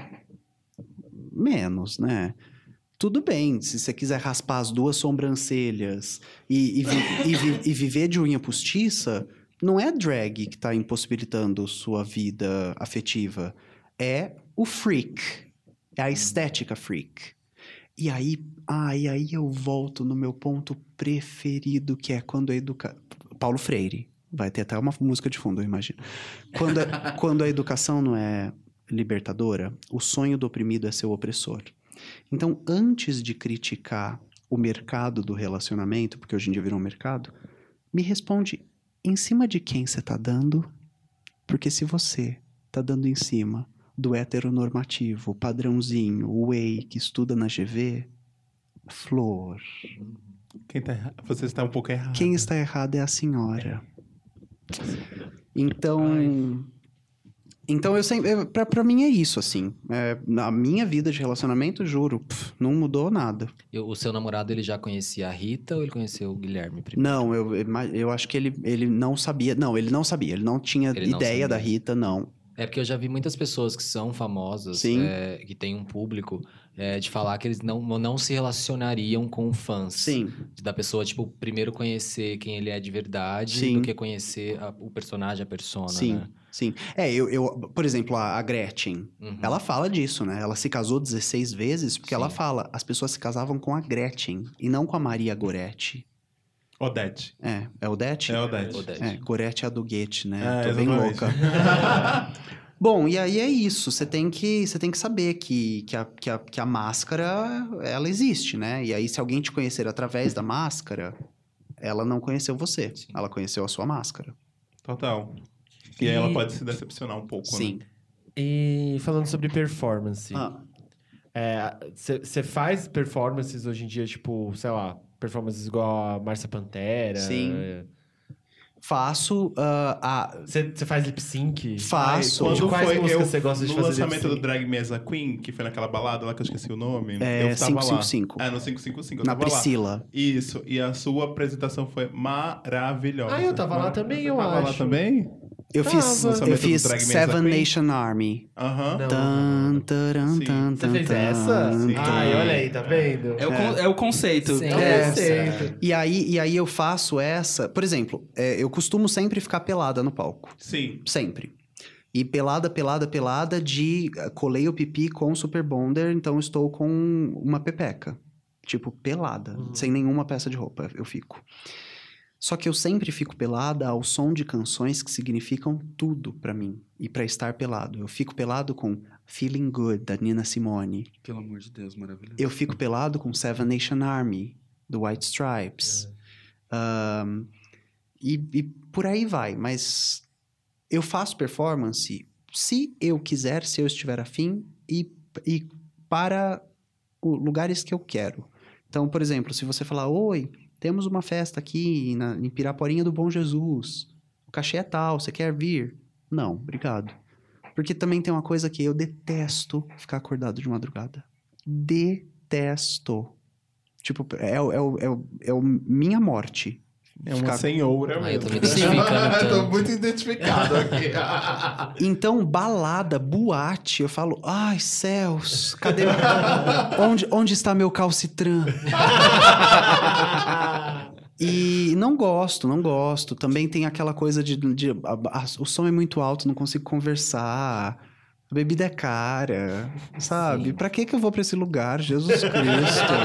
menos, né? Tudo bem, se você quiser raspar as duas sobrancelhas e, e, vi, e, vi, e viver de unha postiça, não é drag que tá impossibilitando sua vida afetiva. É o freak. É a estética freak. E aí, ah, e aí eu volto no meu ponto preferido, que é quando a educação... Paulo Freire. Vai ter até uma música de fundo, eu imagino. Quando a, quando a educação não é libertadora, o sonho do oprimido é ser o opressor. Então, antes de criticar o mercado do relacionamento, porque hoje em dia virou um mercado, me responde, em cima de quem você tá dando? Porque se você tá dando em cima do heteronormativo, padrãozinho, o whey, que estuda na G V, flor. Quem tá erra... Você está um pouco errado. Quem está errado é a senhora. Então... Ai. Então, eu sempre... Pra, pra mim é isso, assim. É, na minha vida de relacionamento, juro, pff, não mudou nada. Eu, o seu namorado, ele já conhecia a Rita ou ele conheceu o Guilherme primeiro? Não, eu, eu acho que ele, ele não sabia... Não, ele não sabia. Ele não tinha Ele não ideia sabia. da Rita, não. É porque eu já vi muitas pessoas que são famosas, Sim. é, que têm um público, é, de falar que eles não, não se relacionariam com fãs. Sim. Da pessoa, tipo, primeiro conhecer quem ele é de verdade Sim. do que conhecer a- o personagem, a persona, Sim, né? sim. É, eu, eu... Por exemplo, a, a Gretchen, Uhum. ela fala disso, né? Ela se casou dezesseis vezes porque Sim. ela fala, as pessoas se casavam com a Gretchen e não com a Maria Goretti. Odete. É, é Odete? É Odete. Odete. É, Goretti é a do Goethe, né? É, Tô bem exatamente. louca. Bom, e aí é isso. Você tem que, você tem que saber que, que, a, que, a, que a máscara, ela existe, né? E aí, se alguém te conhecer através da máscara, ela não conheceu você. Sim. Ela conheceu a sua máscara. Total. E, aí ela pode se decepcionar um pouco, Sim. né? E falando sobre performance, Ah, você faz performances hoje em dia, tipo, sei lá, performances igual a Márcia Pantera? Sim. faço ah, a... Você faz lip sync? Faço. Quando De quais foi músicas eu, você gosta de no fazer lançamento lip do sync? Drag Mesa Queen, que foi naquela balada lá que eu esqueci o nome, É, eu tava quinhentos e cinquenta e lá. cinco. É, no quinhentos e cinquenta e cinco, eu Na tava lá. Priscila. Isso, e a sua apresentação foi maravilhosa. Ah, eu tava lá também, Você eu tava lá acho. também? Eu Tava. fiz, eu Lançamento do fiz Drag Mesa Seven Queen? Nation Army. Aham. Não. Tan, taran, Sim. tan, Você tan, fez tan, essa? Sim. Ai, olha aí, tá vendo? É o, con- é o conceito. Sim. É, É. certo. E aí, e aí eu faço essa... Por exemplo, é, eu costumo sempre ficar pelada no palco. Sim. Sempre. E pelada, pelada, pelada de... eh, Colei o pipi com Super Bonder, então estou com uma pepeca. Tipo, pelada. Uhum. Sem nenhuma peça de roupa, eu fico. Só que eu sempre fico pelada ao som de canções que significam tudo pra mim. E pra estar pelado. Eu fico pelado com Feeling Good, da Nina Simone. Pelo amor de Deus, maravilhoso. Eu fico pelado com Seven Nation Army, do White Stripes. Um, e, e por aí vai. Mas eu faço performance se eu quiser, se eu estiver afim e, e para o- lugares que eu quero. Então, por exemplo, se você falar, oi, temos uma festa aqui na, em Piraporinha do Bom Jesus. O cachê é tal, você quer vir? Não, obrigado. Porque também tem uma coisa que eu detesto ficar acordado de madrugada. Detesto. Tipo, é, o- é, o- é, o- é o minha morte É uma ficar- senhora Ah, eu tô me mesmo. identificando Eu tô tanto. muito identificado aqui. Então, balada, boate, eu falo, ai, céus, cadê... onde, onde está meu calcitran? E não gosto, não gosto. Também tem aquela coisa de... de a- a- o som é muito alto, não consigo conversar. A bebida é cara, sabe? Sim. Pra que que eu vou pra esse lugar? Jesus Cristo.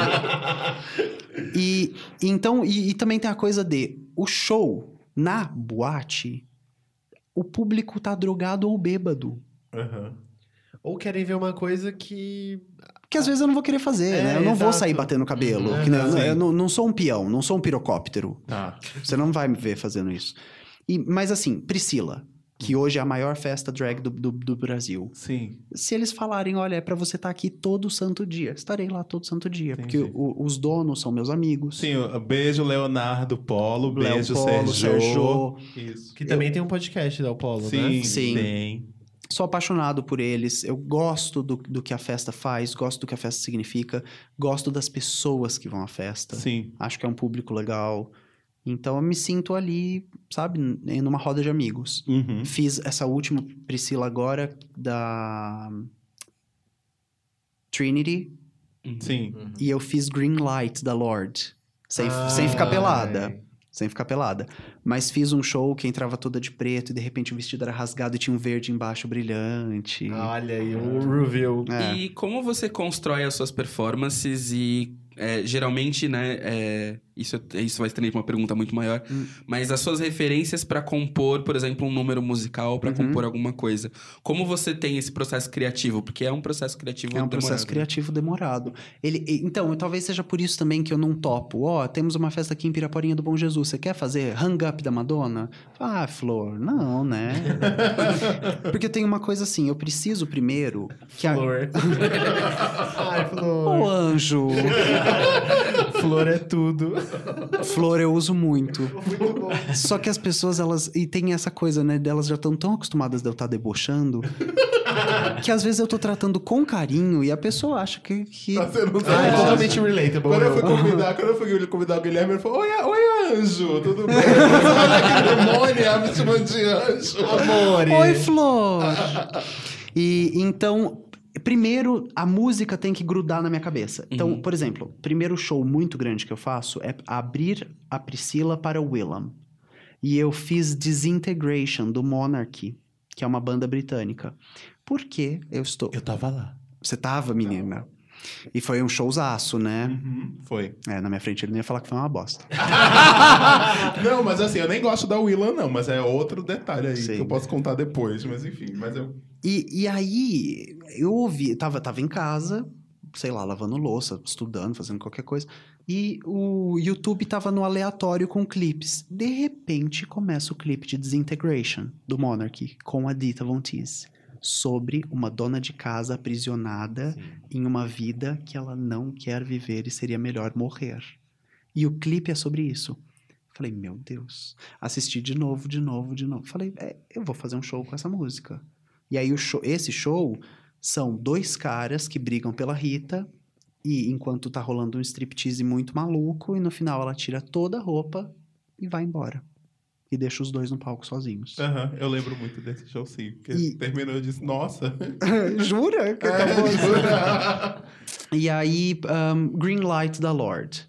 E então, e, e também tem a coisa de... O show, na boate, o público tá drogado ou bêbado. Aham. Ou querem ver uma coisa que... Que às vezes eu não vou querer fazer, É, né? Eu não vou exato. sair batendo o cabelo. Uhum. que nem- eu, Sim. eu não, não sou um peão, não sou um pirocóptero. Tá. Você não vai me ver fazendo isso. E, mas assim, Priscila, que hoje é a maior festa drag do, do, do Brasil. Sim. Se eles falarem, olha, é pra você estar aqui todo santo dia, estarei lá todo santo dia. Entendi. Porque o- os donos são meus amigos. Sim, o- beijo Leonardo Polo, Léo beijo Polo, Sérgio. Isso. Que também tem um podcast da Apollo, Sim, né? Sim. tem. Sou apaixonado por eles, eu gosto do, do que a festa faz, gosto do que a festa significa, gosto das pessoas que vão à festa. Sim. Acho que é um público legal. Então eu me sinto ali, sabe, n- numa roda de amigos. Uhum. Fiz essa última Priscila agora da Trinity Sim. e eu fiz Green Light da Lorde. Sem, Ah, sem ficar pelada. ai. Sem ficar pelada. Mas fiz um show que entrava toda de preto e de repente o vestido era rasgado e tinha um verde embaixo brilhante. Olha aí, o review. É. E como você constrói as suas performances e é, geralmente, né, é, isso, isso vai estender pra uma pergunta muito maior, Hum. mas as suas referências pra compor, por exemplo, um número musical, pra Uhum. compor alguma coisa. Como você tem esse processo criativo? Porque é um processo criativo É um demorado, processo né? criativo demorado. Ele, e- então, talvez seja por isso também que eu não topo. Ó, temos uma festa aqui em Piraporinha do Bom Jesus. Você quer fazer Hang Up da Madonna? Ah, Flor, não, né? Porque eu tenho uma coisa assim, eu preciso primeiro que a... Flor. Ai, Ô, Flor. anjo! Flor é tudo. Flor eu uso muito. Só que as pessoas, elas... E tem essa coisa, né? Delas já estão tão acostumadas de eu estar debochando que às vezes eu tô tratando com carinho e a pessoa acha que... que... Tá sendo Ah, é Ah, totalmente relatable. Quando eu fui meu. convidar, quando eu fui convidar o Guilherme, ele falou: Oi, oi, anjo, tudo bem? Olha que demônia, me chamando de anjo. Amore. Oi, Flor! E então, primeiro, a música tem que grudar na minha cabeça. Então, Uhum. por exemplo, o primeiro show muito grande que eu faço é abrir a Priscila para o Willam. E eu fiz Disintegration, do Monarchy, que é uma banda britânica. Por que eu estou... Eu tava lá. Você tava, menina? E foi um showzaço, né? Uhum, foi. É, na minha frente ele não ia falar que foi uma bosta. Não, mas assim, eu nem gosto da Willan, não, mas é outro detalhe aí Sim. que eu posso contar depois, mas enfim, mas eu. E, e aí, eu ouvi, tava, tava em casa, sei lá, lavando louça, estudando, fazendo qualquer coisa, e o YouTube tava no aleatório com clipes. De repente, começa o clipe de Disintegration, do Monarchy, com a Dita Von Teese, sobre uma dona de casa aprisionada em uma vida que ela não quer viver e seria melhor morrer. E o clipe é sobre isso. Falei, meu Deus. Assisti de novo, de novo, de novo. Falei, é, eu vou fazer um show com essa música. E aí, o show, esse show são dois caras que brigam pela Rita, e enquanto tá rolando um striptease muito maluco, e no final ela tira toda a roupa e vai embora. E deixa os dois no palco sozinhos. Aham, eu lembro muito desse show, sim. Porque E- terminou e disse, nossa. Jura? Que É, acabou assim? jura? E aí, um, Green Light da Lorde.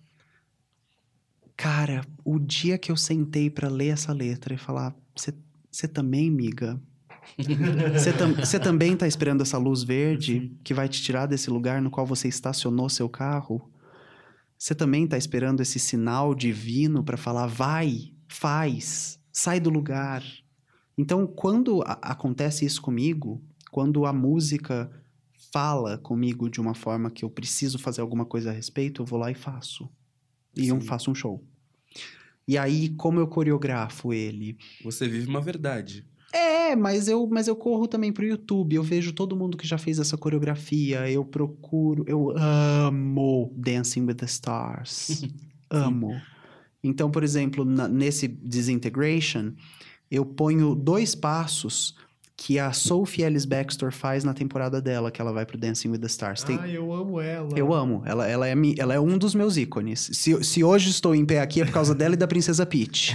Cara, o dia que eu sentei pra ler essa letra e falar, você também, miga? Você tam, também tá esperando essa luz verde que vai te tirar desse lugar no qual você estacionou seu carro? Você também tá esperando esse sinal divino pra falar, vai, faz, sai do lugar? Então, quando a- acontece isso comigo, quando a música fala comigo de uma forma que eu preciso fazer alguma coisa a respeito, eu vou lá e faço. E eu Sim. faço um show. E aí, como eu coreografo ele? Você vive uma verdade. É, mas eu, mas eu corro também pro YouTube. Eu vejo todo mundo que já fez essa coreografia. Eu procuro. Eu amo Dancing with the Stars. Amo. Então, por exemplo, na- nesse Disintegration, eu ponho dois passos que a Sophie Ellis Bextor faz na temporada dela, que ela vai pro Dancing with the Stars. Tem... Ah, eu amo ela. Eu amo. Ela, ela, é, mi- ela é um dos meus ícones. Se, se hoje estou em pé aqui é por causa dela e da Princesa Peach.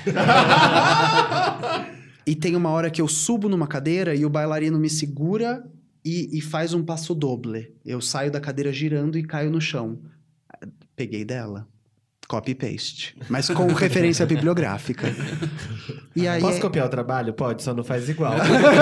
E tem uma hora que eu subo numa cadeira e o bailarino me segura e, e faz um passo doble. Eu saio da cadeira girando e caio no chão. Peguei dela. Copy-paste. Mas com referência bibliográfica. E aí, Posso copiar o trabalho? Pode, só não faz igual.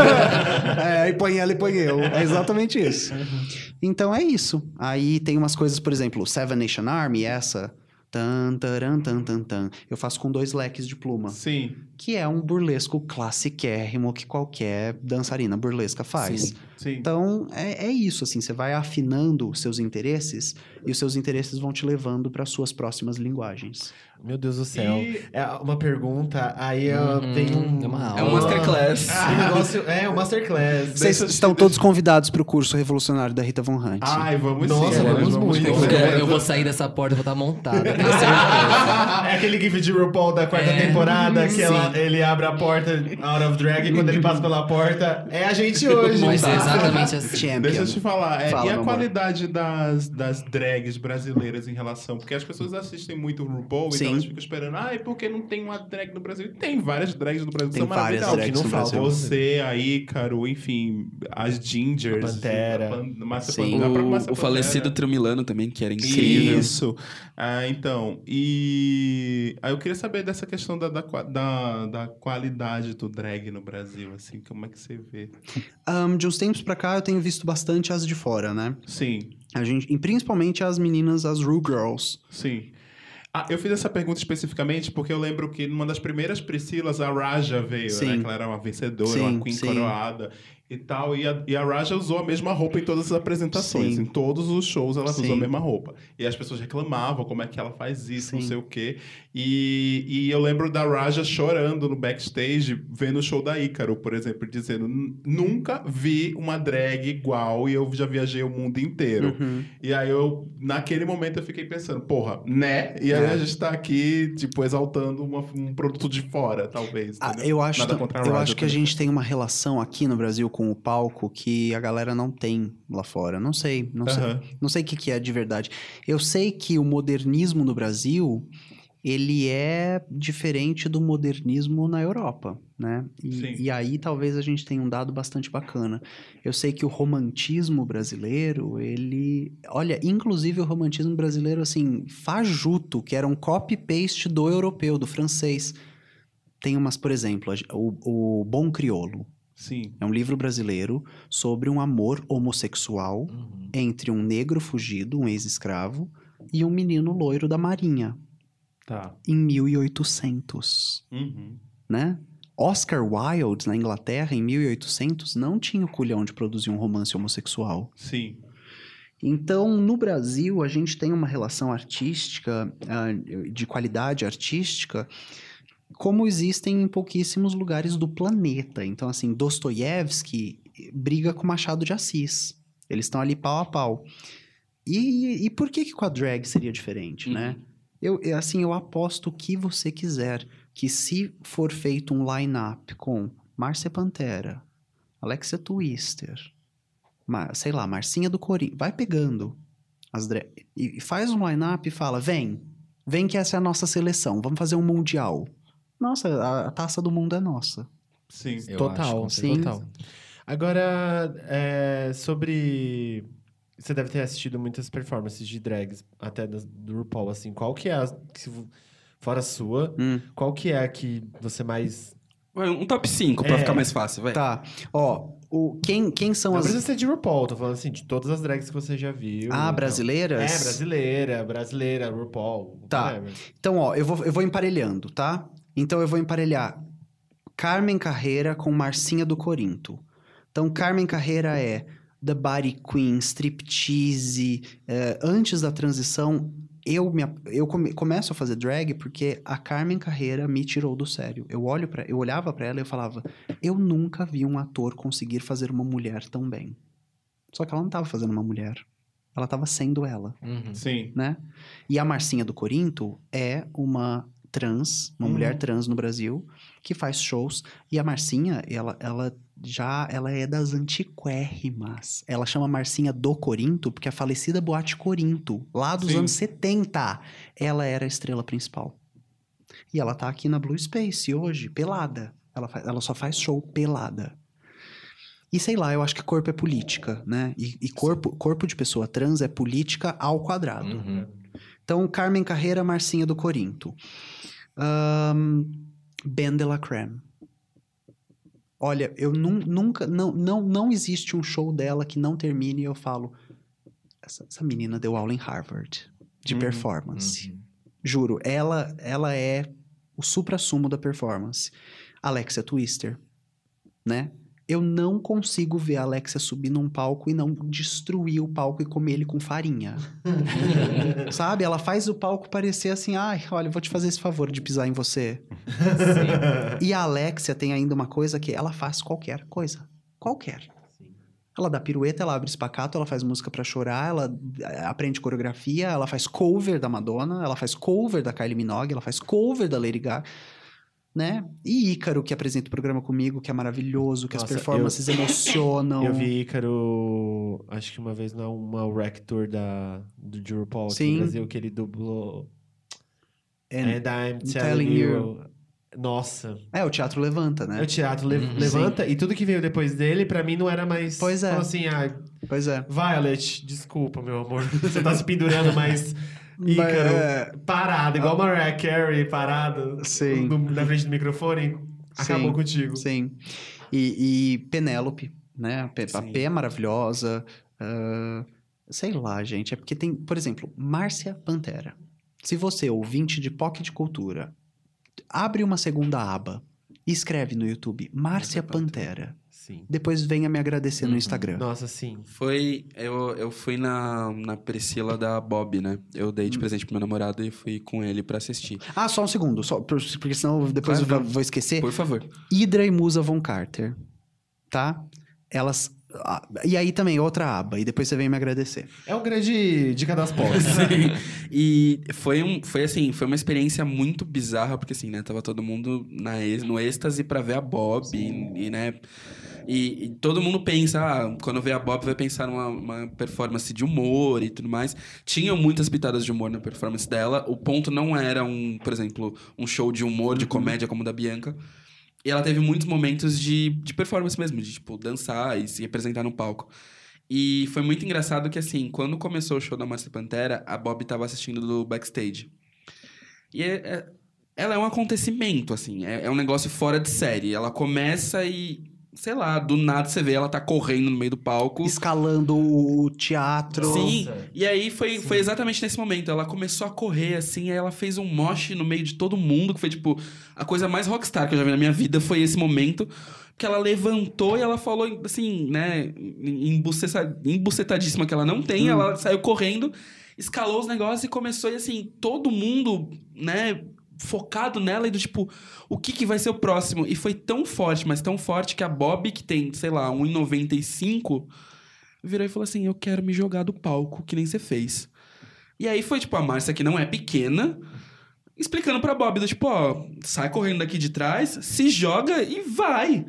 é, e põe ela e põe eu. É exatamente isso. Então é isso. Aí tem umas coisas, por exemplo, Seven Nation Army, essa. Tan, taran, tan, tan, tan. Eu faço com dois leques de pluma. Sim, Que é um burlesco classiquérrimo que qualquer dançarina burlesca faz. sim, sim. Então, é, é isso, assim. Você vai afinando os seus interesses e os seus interesses vão te levando para suas próximas linguagens. Meu Deus do céu. E- É uma pergunta, aí eu Uhum, tenho um... é uma aula. É um masterclass. Um negócio, é, um masterclass. Vocês Deixa eu- estão deixa- todos convidados para o curso revolucionário da Rita Von Hunt. Ai, vamos Nossa, sim. vamos muito. Eu, sim. eu vou sair dessa porta e vou estar montada, tenho certeza. É aquele gif de RuPaul da quarta É. temporada, que Sim. ela, ele abre a porta out of drag e quando ele passa pela porta, é a gente hoje. Mas é exatamente assim. Champion. Deixa eu te falar, é, Fala, e a meu amor. qualidade das, das drags brasileiras em relação... Porque as pessoas assistem muito o RuPaul, Sim. então elas ficam esperando, ai, por que não tem uma drag no Brasil? Tem várias drags no Brasil, Tem são várias maravilhosas. drags no Brasil. Você, a Ícaro, enfim, as Gingers. A Pantera. a Pan- Márcia Sim. Pan- a própria O, Márcia o falecido Pantera. Trio Milano também, que era incrível. Isso. Ah, então, e aí eu queria saber dessa questão da, da, qua- da, da qualidade do drag no Brasil, assim, como é que você vê? Ahn, de uns tempos pra cá, eu tenho visto bastante as de fora, né? Sim, A gente, e principalmente as meninas, as Ru Girls. sim. Ah, eu fiz essa pergunta especificamente porque eu lembro que numa das primeiras Priscilas, a Raja veio, Sim. né? Que ela era uma vencedora, Sim, uma queen sim. coroada e tal. E a, e a Raja usou a mesma roupa em todas as apresentações. Sim. Em todos os shows ela Sim. usou a mesma roupa. E as pessoas reclamavam como é que ela faz isso, não Sim. sei o quê. E, e eu lembro da Raja chorando no backstage, vendo o show da Ícaro, por exemplo, dizendo: "N- nunca vi uma drag igual e eu já viajei o mundo inteiro. Uhum. E aí eu, naquele momento, eu fiquei pensando, porra, né? E aí É. a gente tá aqui, tipo, exaltando uma- um produto de fora, talvez. Ah, entendeu? eu acho, Nada tam- contra a eu Raja acho que a também. gente tem uma relação aqui no Brasil com o palco que a galera não tem lá fora. Não sei, não sei. Aham. Não sei o que, que é de verdade. Eu sei que o modernismo no Brasil, ele é diferente do modernismo na Europa, né? Sim. E, e aí talvez a gente tenha um dado bastante bacana. Eu sei que o romantismo brasileiro, ele... Olha, inclusive o romantismo brasileiro, assim, fajuto, que era um copy-paste do europeu, do francês. Tem umas, por exemplo, a- o, o Bom Criolo. Sim. É um livro brasileiro sobre um amor homossexual Uhum. entre um negro fugido, um ex-escravo, e um menino loiro da marinha, Tá. em mil e oitocentos, Uhum. né? Oscar Wilde, na Inglaterra, em mil e oitocentos, não tinha o culhão de produzir um romance homossexual. Sim. Então, no Brasil, a gente tem uma relação artística, ah, de qualidade artística, como existem em pouquíssimos lugares do planeta. Então, assim, Dostoiévski briga com Machado de Assis. Eles estão ali pau a pau. E, e por que que com a drag seria diferente, Uhum. né? Eu, eu, assim, eu aposto o que você quiser, que se for feito um line-up com Márcia Pantera, Alexia Twister, Mar- sei lá, Marcinha do Corinthians, vai pegando as drag e e faz um line-up e fala, vem, vem que essa é a nossa seleção, vamos fazer um mundial. Nossa, a, a taça do mundo é nossa. Sim. Eu Total, acho, com sim. total. Agora, é, sobre... Você deve ter assistido muitas performances de drags, até das- do RuPaul, assim. Qual que é a... que se- Fora a sua, Hum. qual que é a que você mais... Vai, um top cinco pra É. ficar mais fácil, vai. Tá, ó, o, quem, quem são Não as... precisa ser de RuPaul, tô falando assim, de todas as drags que você já viu. Ah, então. brasileiras? É, brasileira, brasileira, RuPaul. Tá. whatever. Então, ó, eu vou, eu vou emparelhando, tá? Então, eu vou emparelhar Carmen Carreira com Marcinha do Corinto. Então, Carmen Carreira é The Body Queen, striptease. É, antes da transição, eu, me, ap- eu come- começo a fazer drag porque a Carmen Carreira me tirou do sério. Eu, olho pra, eu olhava pra ela e eu falava, eu nunca vi um ator conseguir fazer uma mulher tão bem. Só que ela não tava fazendo uma mulher. Ela tava sendo ela, Uhum. Sim. né? E a Marcinha do Corinto é uma trans, uma Uhum. mulher trans no Brasil, que faz shows. E a Marcinha, ela, ela já ela é das antiquérrimas. Ela chama Marcinha do Corinto porque a falecida Boate Corinto, lá dos Sim. anos setenta, ela era a estrela principal. E ela tá aqui na Blue Space hoje, pelada. Ela, fa- ela só faz show pelada. E sei lá, eu acho que corpo é política, né? E, e corpo, corpo de pessoa trans é política ao quadrado. Uhum. Então, Carmen Carreira, Marcinha do Corinto. Ahn, Ben de la Creme. Olha, eu nun- nunca... Não, não, não existe um show dela que não termine e eu falo... Essa, essa menina deu aula em Harvard de Uhum, performance. Uhum. Juro, ela, ela é o suprassumo da performance. Alexia Twister, né? Eu não consigo ver a Alexia subir num palco e não destruir o palco e comer ele com farinha. Sabe? Ela faz o palco parecer assim, ai, olha, eu vou te fazer esse favor de pisar em você. E a Alexia tem ainda uma coisa que ela faz qualquer coisa. Qualquer. Ela dá pirueta, ela abre espacato, ela faz música pra chorar, ela eh, aprende coreografia, ela faz cover da Madonna, ela faz cover da Kylie Minogue, ela faz cover da Lady Gaga, né? E Ícaro, que apresenta o programa comigo, que é maravilhoso, que Nossa, as performances emocionam. Eu vi Ícaro, acho que uma vez numa Rec Tour da, do RuPaul aqui Sim. no Brasil, que ele dublou And- And I'm telling Telling you. You. Nossa. É, o teatro levanta, né? O teatro le- Uhum. levanta e tudo que veio depois dele, pra mim, não era mais... Pois é. Falou assim, ah, Pois é. Violet, desculpa, meu amor. Você tá se pendurando, mas... Ícaro, é- parado, igual Mariah Carey, parado. Sim. no- na frente do microfone. Acabou Sim, contigo. Sim. E, e Penélope, né? A P, a Sim. P é maravilhosa. ah, sei lá, gente. É porque tem, por exemplo, Márcia Pantera. Se você, ouvinte de P O C de Cultura, abre uma segunda aba e escreve no YouTube Márcia Pantera. Sim. Depois venha me agradecer no Uhum. Instagram. Nossa, sim. Foi. Eu, eu fui na, na Priscila da Bob, né? Eu dei Hum. de presente pro meu namorado e fui com ele pra assistir. Ah, só um segundo, só, por- porque senão depois Claro, eu vou, claro. vou esquecer. Por favor. Hydra e Musa Von Carter, tá? Elas... ah, e aí também, outra aba. E depois você vem me agradecer. É um grande dica das pobres. Sim. E foi, um, foi assim, foi uma experiência muito bizarra, porque assim, né, tava todo mundo na, êx- no êxtase pra ver a Bob, e, e, né, e, e todo mundo pensa, ah, quando vê a Bob vai pensar numa uma performance de humor e tudo mais. Tinham muitas pitadas de humor na performance dela, o ponto não era um, por exemplo, um show de humor, de comédia como o da Bianca. E ela teve muitos momentos de, de performance mesmo, de, tipo, dançar e se apresentar no palco. E foi muito engraçado que, assim, quando começou o show da Márcia Pantera, a Bob tava assistindo do backstage. E é- é- ela é um acontecimento, assim, é, é um negócio fora de série. Ela começa e, sei lá, do nada você vê ela tá correndo no meio do palco. Escalando o teatro. Sim, Nossa. e aí foi, foi exatamente nesse momento. Ela começou a correr, assim, aí ela fez um mosh no meio de todo mundo, que foi, tipo, a coisa mais rockstar que eu já vi na minha vida foi esse momento. Que ela levantou e ela falou, assim, né, embuceta- embucetadíssima que ela não tem, ela saiu correndo, escalou os negócios e começou, e assim, todo mundo, né, focado nela e do tipo, o que que vai ser o próximo? E foi tão forte, mas tão forte que a Bob, que tem, sei lá, um e noventa e cinco, virou e falou assim, eu quero me jogar do palco, que nem você fez. E aí foi, tipo, a Márcia, que não é pequena, explicando pra Bob, do tipo, ó, sai correndo daqui de trás, se joga e vai.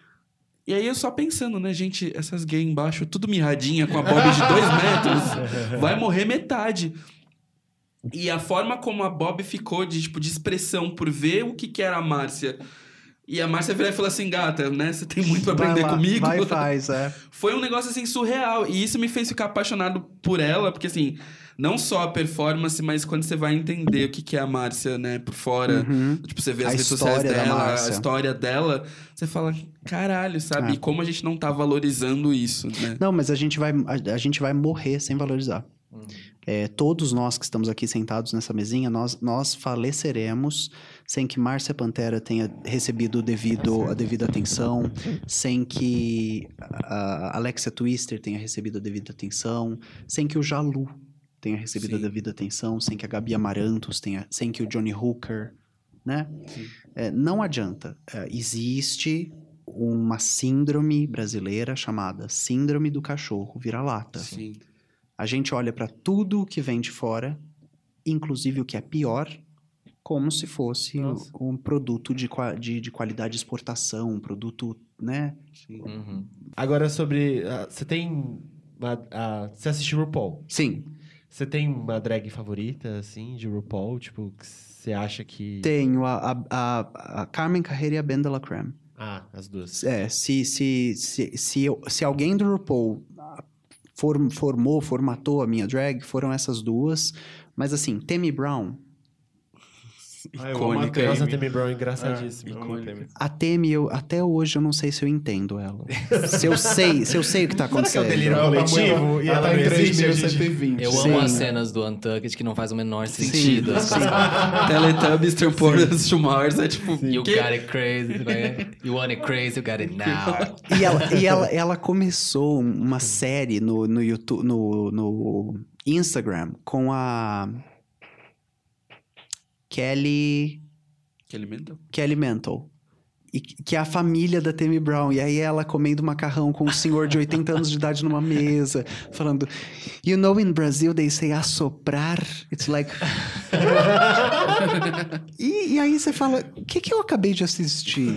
E aí eu só pensando, né, gente, essas gays embaixo, tudo mirradinha, com a Bob de dois metros, vai morrer metade. E a forma como a Bob ficou de, tipo, de expressão por ver o que que era a Márcia. E a Márcia virou e falou assim, gata, né, você tem muito pra Vai aprender lá, comigo. Vai e faz, é. Foi um negócio, assim, surreal. E isso me fez ficar apaixonado por ela, porque, assim, não só a performance, mas quando você vai entender o que que é a Márcia, né, por fora. Uhum. Tipo, você vê A as redes sociais história da dela, a Márcia. história dela, você fala, caralho, sabe? É. E como a gente não tá valorizando isso, né? Não, mas a gente vai, a, a gente vai morrer sem valorizar. É, todos nós que estamos aqui sentados nessa mesinha, nós, nós faleceremos sem que Márcia Pantera tenha recebido o devido, a devida atenção, sem que a Alexia Twister tenha recebido a devida atenção, sem que o Jalu tenha recebido Sim. a devida atenção, sem que a Gabi Amarantos tenha, sem que o Johnny Hooker, né? É, não adianta. É, existe uma síndrome brasileira chamada Síndrome do Cachorro Vira-Lata. Sim. A gente olha pra tudo que vem de fora, inclusive o que é pior, como se fosse Nossa. um produto de, qua- de, de qualidade de exportação, um produto, né? Uhum. Agora, sobre... ah, você tem... Uma, ah, você assistiu RuPaul? Sim, Você tem uma drag favorita, assim, de RuPaul? Tipo, que você acha que... tenho a, a, a, a Carmen Carreira e a Ben de la Creme. Ah, as duas. É, se, se, se, se, eu- se alguém do RuPaul form, formou, formatou a minha drag, foram essas duas. Mas assim, Tammy Brown, Ah, eu amo a Icônica. Tammy. Nossa, a Tammy Brown é engraçadíssima. É, eu amo a Tammy. a Tammy, eu, até hoje eu não sei se eu entendo ela. se eu sei, se eu sei o que tá acontecendo. delírio Ela tá coletivo, muito- e ela ela tá não em três existe, mil a gente- cento e vinte. Eu Sim. amo as cenas do Untucked que não faz o menor sentido. As coisas- Teletubbies, Temporas, Schumars, é tipo... You que- got it crazy. né? You want it crazy, you got it now. E ela, e ela, ela começou uma série no, no YouTube, no, no Instagram com a Kelly, Que alimenta? Kelly Mental. E que que é a família da Tammy Brown. E aí ela comendo macarrão com um senhor de oitenta anos de idade numa mesa, falando: You know, in Brazil they say assoprar. It's like. e, e aí você fala: O que, que eu acabei de assistir?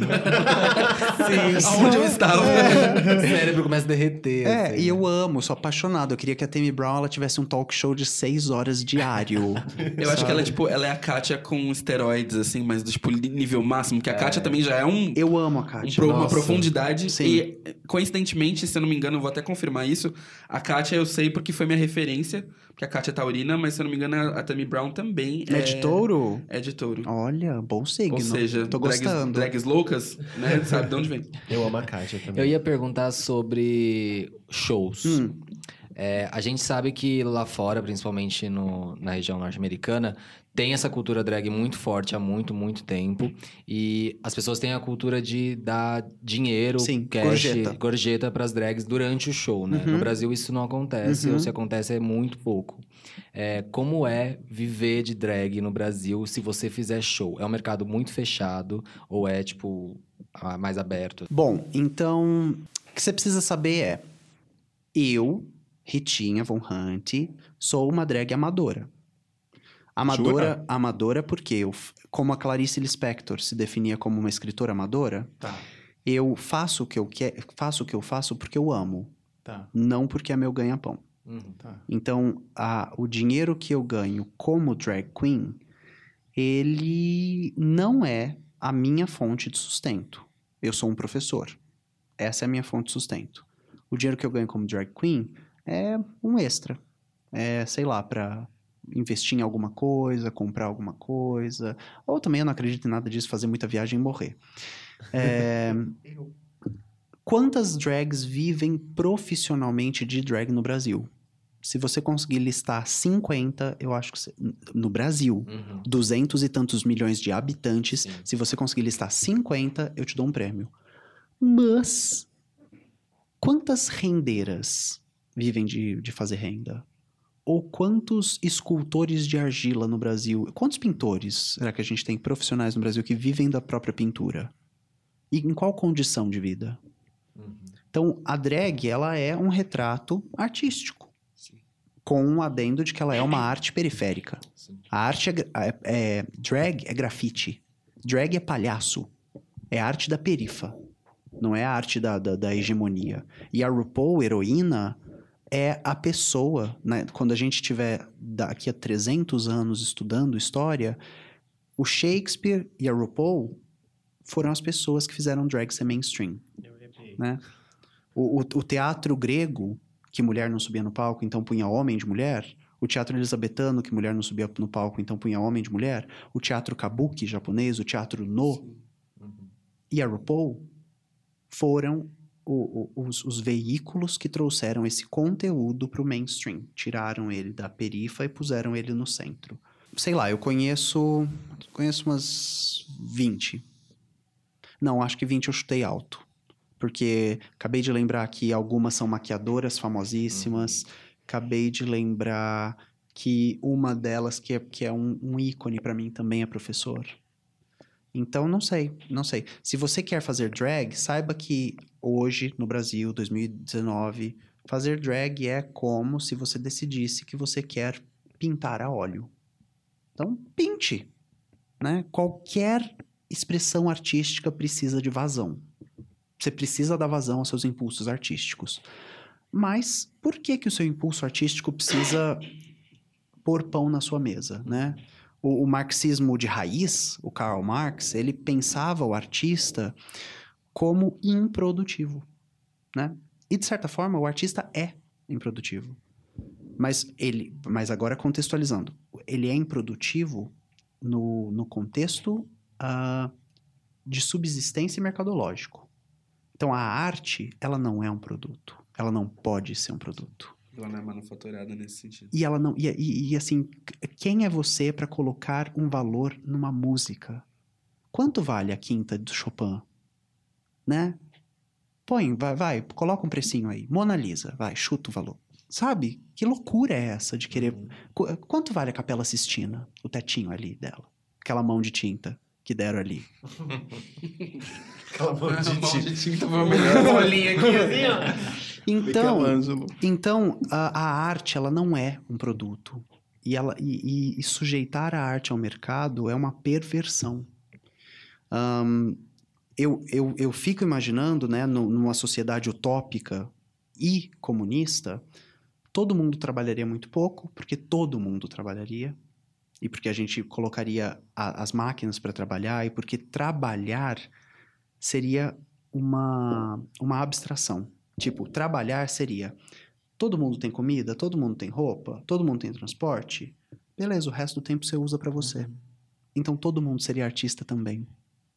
Aonde eu estava? O cérebro começa a derreter. É, assim. e eu amo, sou apaixonado. Eu queria que a Tammy Brown ela tivesse um talk show de seis horas diário. Eu acho que ela é tipo, ela é a Kátia com esteroides, assim, mas do tipo nível máximo, porque a Kátia também já é um, Eu amo a um Kátia. pro- uma Nossa. profundidade. Sim. E, coincidentemente, se eu não me engano, eu vou até confirmar isso. A Kátia eu sei porque foi minha referência, porque a Kátia é taurina, mas se eu não me engano, a, a Tammy Brown também É de touro? É de touro. Olha, bom signo. Ou seja, tô drags, gostando. drags loucas, né? Sabe de onde vem? Eu amo a Kátia também. Eu ia perguntar sobre shows. Hum. É, a gente sabe que lá fora, principalmente no- na região norte-americana, tem essa cultura drag muito forte há muito, muito tempo. E as pessoas têm a cultura de dar dinheiro, Sim, cash, gorjeta. gorjeta para as drags durante o show, né? Uhum. No Brasil isso não acontece, Uhum. ou se acontece é muito pouco. É, como é viver de drag no Brasil se você fizer show? É um mercado muito fechado ou é, tipo, ah, mais aberto? Bom, então, o que você precisa saber é: eu, Ritinha Von Hunt, sou uma drag amadora. Amadora, amadora porque eu, f- como a Clarice Lispector se definia como uma escritora amadora, Tá, eu faço o que eu que, faço o que eu faço porque eu amo, tá, não porque é meu ganha-pão. Uhum. tá. Então, a, o dinheiro que eu ganho como drag queen, ele não é a minha fonte de sustento. Eu sou um professor. Essa é a minha fonte de sustento. O dinheiro que eu ganho como drag queen é um extra. É, sei lá, pra investir em alguma coisa, comprar alguma coisa. Ou também eu não acredito em nada disso, fazer muita viagem e morrer. É, quantas drags vivem profissionalmente de drag no Brasil? Se você conseguir listar cinquenta, eu acho que você, no Brasil, Uhum. duzentos e tantos milhões de habitantes, Sim. se você conseguir listar cinquenta, eu te dou um prêmio. Mas quantas rendeiras vivem de, de fazer renda? Ou quantos escultores de argila no Brasil? Quantos pintores será que a gente tem profissionais no Brasil que vivem da própria pintura? E em qual condição de vida? Uhum. Então, a drag, ela é um retrato artístico. Com um adendo de que ela é uma arte periférica. Sim. A arte é, gra- é- é- drag é grafite. Drag é palhaço. É arte da perifa. Não é a arte da, da, da hegemonia. E a RuPaul, heroína, é a pessoa, né? Quando a gente estiver daqui a trezentos anos estudando história, o Shakespeare e a RuPaul foram as pessoas que fizeram drag ser mainstream, né? O, o, o teatro grego, que mulher não subia no palco, então punha homem de mulher. O teatro elisabetano, que mulher não subia no palco, então punha homem de mulher. O teatro kabuki japonês, o teatro no Uhum. e a RuPaul foram o- o- os, os veículos que trouxeram esse conteúdo para o mainstream. Tiraram ele da perifa e puseram ele no centro. Sei lá, eu conheço, conheço umas vinte. Não, acho que vinte eu chutei alto. Porque acabei de lembrar que algumas são maquiadoras famosíssimas. Acabei de lembrar que uma delas, que é, que é um, um ícone para mim, também é professor. Então, não sei, não sei. Se você quer fazer drag, saiba que hoje, no Brasil, dois mil e dezenove, fazer drag é como se você decidisse que você quer pintar a óleo. Então, pinte. né? Qualquer expressão artística precisa de vazão. Você precisa dar vazão aos seus impulsos artísticos. Mas por que que o seu impulso artístico precisa pôr pão na sua mesa, né? O, o marxismo de raiz, o Karl Marx, ele pensava o artista como improdutivo, né? E, de certa forma, o artista é improdutivo. Mas, ele, mas agora contextualizando, ele é improdutivo no, no contexto uh, de subsistência mercadológico. Então, a arte, ela não é um produto. Ela não pode ser um produto. Ela não é manufaturada nesse sentido. E ela não. E, e, e assim, quem é você para colocar um valor numa música? Quanto vale a quinta do Chopin? Né? Põe, vai, vai, coloca um precinho aí. Mona Lisa, vai, chuta o valor. Sabe? Que loucura é essa de querer. Uhum. Qu- Quanto vale a Capela Sistina? O tetinho ali dela. Aquela mão de tinta que deram ali. Aquela mão de Mão tinta. de tinta foi a melhor bolinha aqui, assim, ó. Então, Michelangelo. então a, a arte, ela não é um produto. E, ela, e, e- e sujeitar a arte ao mercado é uma perversão. Ahn, eu, eu, eu fico imaginando, né, nu- numa sociedade utópica e comunista, todo mundo trabalharia muito pouco, porque todo mundo trabalharia, e porque a gente colocaria a- as máquinas para trabalhar, e porque trabalhar seria uma, uma abstração. Tipo, trabalhar seria: todo mundo tem comida, todo mundo tem roupa, todo mundo tem transporte. Beleza, o resto do tempo você usa para você. Então todo mundo seria artista também.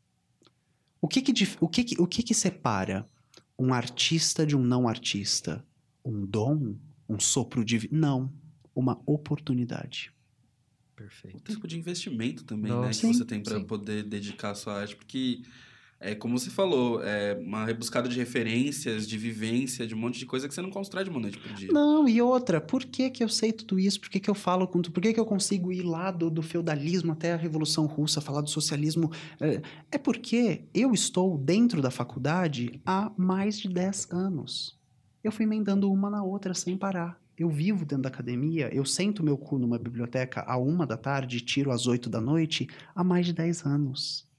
O que que, dif- o que, que, o que que separa um artista de um não artista? Um dom? Um sopro divino? Não. Uma oportunidade. O Perfeito. tempo de investimento também, Nossa, né? sim, Que você tem pra sim. poder dedicar a sua arte. Porque, é, como você falou, é uma rebuscada de referências, de vivência, de um monte de coisa que você não constrói de uma noite por dia. Não, e outra, por que que eu sei tudo isso? Por que que eu falo com tudo? Por que que eu consigo ir lá do, do feudalismo até a Revolução Russa, falar do socialismo? É, é porque eu estou dentro da faculdade há mais de dez anos. Eu fui emendando uma na outra sem parar. Eu vivo dentro da academia, eu sento meu cu numa biblioteca à uma da tarde e tiro às oito da noite há mais de dez anos.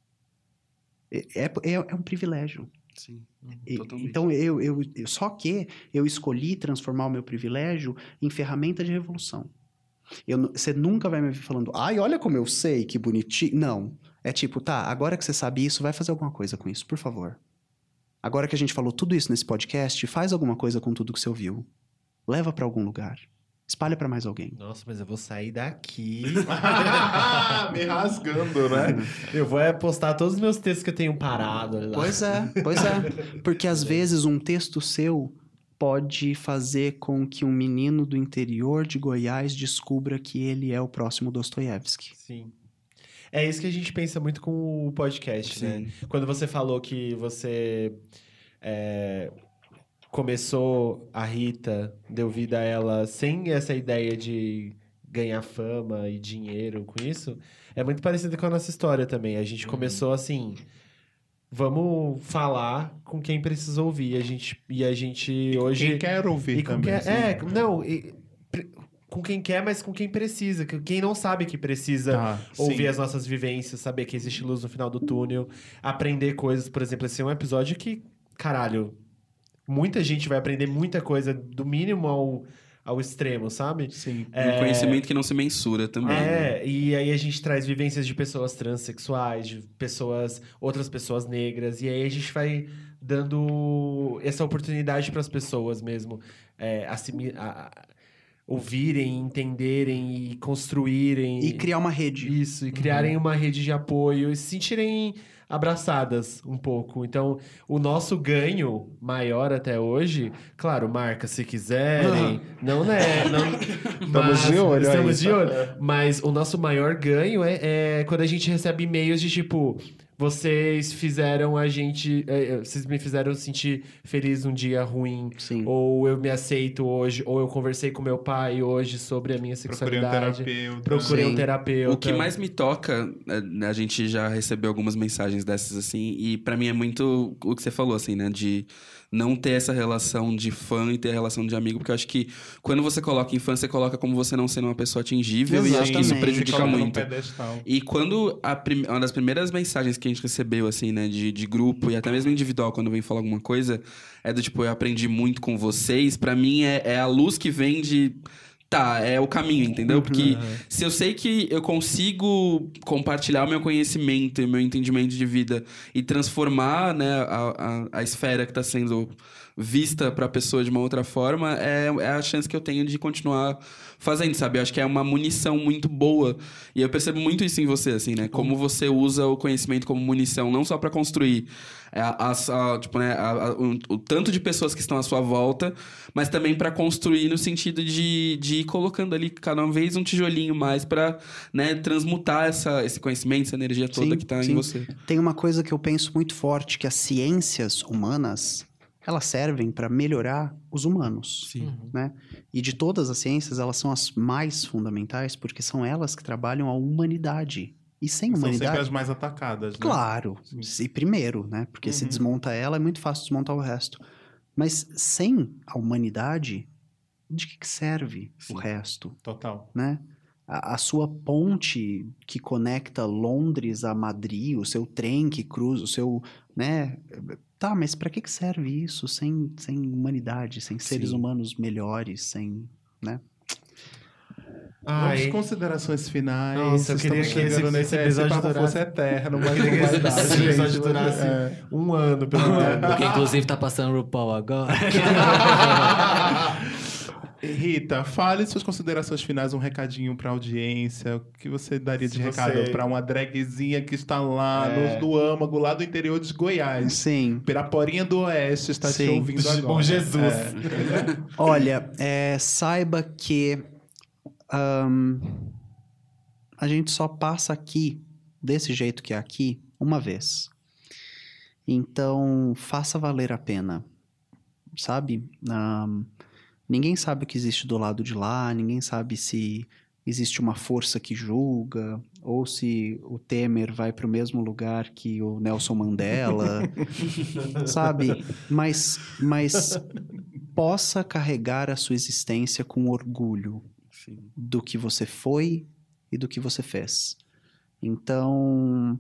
É, é, é um privilégio. Sim, E- totalmente. Então, eu, eu, eu- só que eu escolhi transformar o meu privilégio em ferramenta de revolução. Eu nu- Você nunca vai me ver falando, ai, olha como eu sei, que bonitinho. Não. É tipo, tá, agora que você sabe isso, vai fazer alguma coisa com isso, por favor. Agora que a gente falou tudo isso nesse podcast, faz alguma coisa com tudo que você ouviu. Leva pra algum lugar. Espalha pra mais alguém. Nossa, mas eu vou sair daqui. Me rasgando, né? Eu vou é postar todos os meus textos que eu tenho parado. Lá. Pois é, pois é. Porque às vezes um texto seu pode fazer com que um menino do interior de Goiás descubra que ele é o próximo Dostoiévski. Sim. É isso que a gente pensa muito com o podcast, né? Sim. Quando você falou que você é, começou a Rita, deu vida a ela sem essa ideia de ganhar fama e dinheiro com isso, é muito parecido com a nossa história também. A gente começou assim, vamos falar com quem precisa ouvir. A gente, e a gente hoje... Quem quer ouvir E com também. quem, sim. é, não, e- pre- com quem quer, mas com quem precisa. que- Quem não sabe que precisa Ah, ouvir sim. as nossas vivências, saber que existe luz no final do túnel, aprender coisas. Por exemplo, esse é um episódio que, caralho, muita gente vai aprender muita coisa, do mínimo ao, ao extremo, sabe? Sim. Um conhecimento que não se mensura também. né? É, e aí a gente traz vivências de pessoas transexuais, de pessoas, outras pessoas negras, e aí a gente vai dando essa oportunidade para as pessoas mesmo é, assimi- a- a- ouvirem, entenderem e construírem. E criar uma rede. Isso, e criarem uma rede de apoio e se sentirem abraçadas um pouco. Então, o nosso ganho maior até hoje, claro, marca se quiserem, não, né? Não, Estamos de olho aí. Estamos de olho. Mas o nosso maior ganho é, é quando a gente recebe e-mails de tipo, vocês fizeram a gente, é, vocês me fizeram sentir feliz um dia ruim, Sim. ou eu me aceito hoje, ou eu conversei com meu pai hoje sobre a minha Procurei um sexualidade. terapeuta. Procurei um Sim. terapeuta. O que mais me toca, é, a gente já recebeu algumas mensagens dessas, assim, e pra mim é muito o que você falou, assim, né? De não ter essa relação de fã e ter a relação de amigo, porque eu acho que quando você coloca em fã, você coloca como você não sendo uma pessoa atingível e acho que isso Exatamente. prejudica Coloca no muito. pedestal. E quando a prim- uma das primeiras mensagens que a gente recebeu, assim, né, de, de grupo e até mesmo individual, quando vem falar alguma coisa, é do tipo, eu aprendi muito com vocês, pra mim é, é a luz que vem de... Tá, é o caminho, entendeu? Porque se eu sei que eu consigo compartilhar o meu conhecimento e o meu entendimento de vida e transformar, né, a, a, a esfera que tá sendo vista pra pessoa de uma outra forma, é, é a chance que eu tenho de continuar fazendo, sabe? Eu acho que é uma munição muito boa. E eu percebo muito isso em você, assim, né? Como você usa o conhecimento como munição, não só pra construir a, a, a, tipo, né, a, a, o, o tanto de pessoas que estão à sua volta, mas também pra construir no sentido de, de ir colocando ali cada vez um tijolinho mais pra, né, transmutar essa, esse conhecimento, essa energia toda Sim, que tá sim. em você. Tem uma coisa que eu penso muito forte, que as ciências humanas, elas servem para melhorar os humanos. Sim. Né? E de todas as ciências, elas são as mais fundamentais, porque são elas que trabalham a humanidade. E sem São humanidade... sempre as mais atacadas, né? Claro, e primeiro, né? Porque se Uhum. desmonta ela, é muito fácil desmontar o resto. Mas sem a humanidade, de que que serve Sim. o resto, Total. né? A, a sua ponte que conecta Londres a Madrid, o seu trem que cruza, o seu, né? Tá, mas para que que serve isso sem, sem humanidade, sem seres Sim. humanos melhores, sem, né? Vamos Ai, considerações finais. Nossa, eu queria Estamos que esse- chegando nesse esse episódio papo durasse- fosse eterno, mas queria não que vai esse- dar, esse gente. episódio durasse É. um ano, pelo menos. Porque, inclusive, tá passando o RuPaul agora. Rita, fale suas considerações finais, um recadinho pra audiência. O que você daria de Se recado você- pra uma dragzinha que está lá É. no, no âmago, lá do interior de Goiás? Sim. Piraporinha do Oeste está te Sim. ouvindo agora. Bom Jesus. É. Olha, é, saiba que ahn, a gente só passa aqui, desse jeito que é aqui, uma vez. Então, faça valer a pena, sabe? Ahn, ninguém sabe o que existe do lado de lá, ninguém sabe se existe uma força que julga, ou se o Temer vai para o mesmo lugar que o Nelson Mandela, sabe? Mas, mas possa carregar a sua existência com orgulho Sim. do que você foi e do que você fez. Então,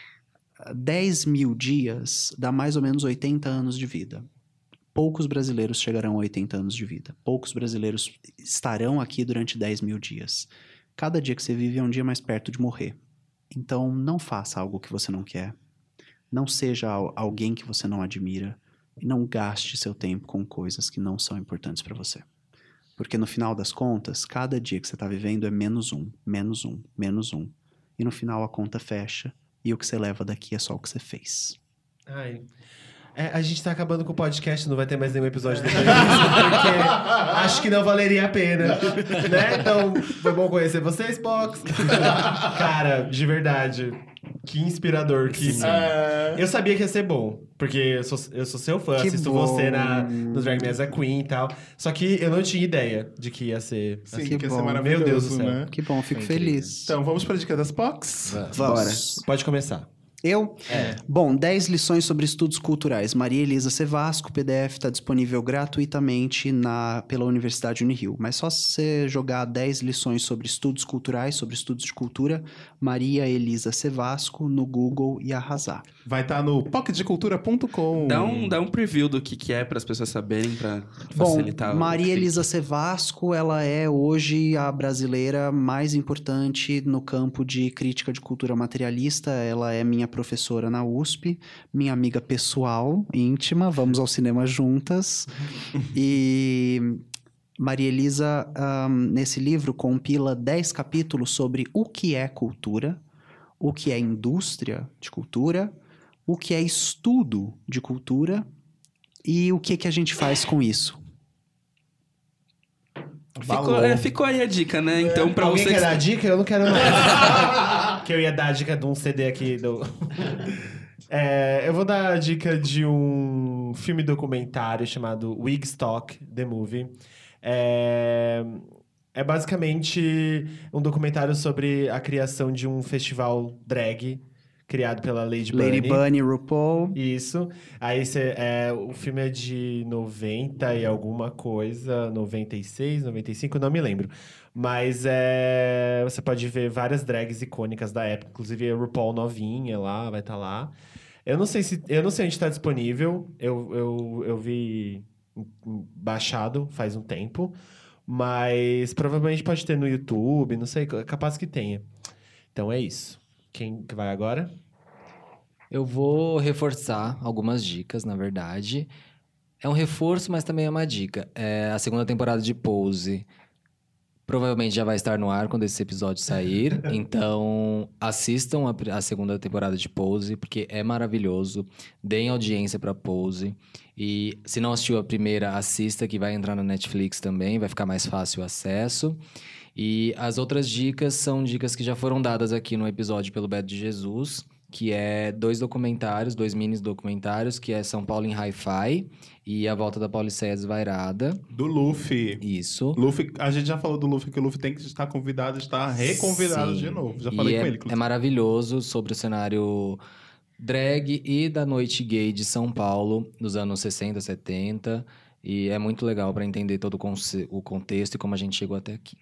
dez mil dias dá mais ou menos oitenta anos de vida. Poucos brasileiros chegarão a oitenta anos de vida. Poucos brasileiros estarão aqui durante dez mil dias. Cada dia que você vive é um dia mais perto de morrer. Então, não faça algo que você não quer. Não seja al- alguém que você não admira. E não gaste seu tempo com coisas que não são importantes para você. Porque no final das contas, cada dia que você está vivendo é menos um, menos um, menos um. E no final a conta fecha e o que você leva daqui é só o que você fez. Ai. É, a gente tá acabando com o podcast, não vai ter mais nenhum episódio depois disso, porque acho que não valeria a pena, né? Então, foi bom conhecer vocês, Box. Cara, de verdade, que inspirador. Que... É. Eu sabia que ia ser bom, porque eu sou, eu sou seu fã, Que assisto bom. você na, no Drag Me As a Queen e tal. Só que eu não tinha ideia de que ia ser Sim, assim. que ia ser bom. maravilhoso, Meu Deus do céu. né? Que bom, fico Foi incrível. feliz. Então, vamos para a dica das Pox? Vamos. Pode começar. Eu? É. Bom, dez lições sobre estudos culturais. Maria Elisa Sevasco, o P D F está disponível gratuitamente na, pela Universidade Unirio. Mas só se você jogar dez lições sobre estudos culturais, sobre estudos de cultura, Maria Elisa Sevasco no Google e arrasar. Vai estar no pocket cultura ponto com. Dá um, dá um preview do que, que é para as pessoas saberem, para Bom, facilitar. o Maria clique. Elisa Sevasco, ela é hoje a brasileira mais importante no campo de crítica de cultura materialista. Ela é minha professora na U S P, minha amiga pessoal, íntima, vamos ao cinema juntas. E Maria Elisa, ahn, nesse livro, compila dez capítulos sobre o que é cultura, o que é indústria de cultura, o que é estudo de cultura e o que, que a gente faz com isso. Ficou, é, ficou aí a dica, né? Então, para Alguém você quer que dar dica? Eu não quero mais. Que eu ia dar a dica de um C D aqui. Do... É, eu vou dar a dica de um filme documentário chamado Wigstock, The Movie. É, é basicamente um documentário sobre a criação de um festival drag criado pela Lady, Lady Bunny. Bunny, RuPaul. Isso. Aí cê, é, o filme é de noventa e alguma coisa, noventa e seis, noventa e cinco, não me lembro. Mas é, você pode ver várias drags icônicas da época, inclusive a RuPaul novinha lá, vai estar lá. Eu não sei se eu não sei onde está disponível. Eu, eu, eu vi baixado faz um tempo, mas provavelmente pode ter no YouTube, não sei, capaz que tenha. Então é isso. Quem que vai agora? Eu vou reforçar algumas dicas, na verdade. É um reforço, mas também é uma dica. É a segunda temporada de Pose. Provavelmente já vai estar no ar quando esse episódio sair. Então, assistam a, a segunda temporada de Pose, porque é maravilhoso. Deem audiência pra Pose. E se não assistiu a primeira, assista, que vai entrar na Netflix também. Vai ficar mais fácil o acesso. E as outras dicas são dicas que já foram dadas aqui no episódio pelo Beto de Jesus, que é dois documentários, dois mini documentários, que é São Paulo em Hi-Fi e A Volta da Pauliceia Desvairada. Do Luffy. Isso. Luffy, a gente já falou do Luffy, que o Luffy tem que estar convidado, estar reconvidado Sim. de novo. Já E falei é, com ele, é inclusive. maravilhoso sobre o cenário drag e da noite gay de São Paulo, dos anos sessenta, setenta. E é muito legal para entender todo o, conce- o contexto e como a gente chegou até aqui.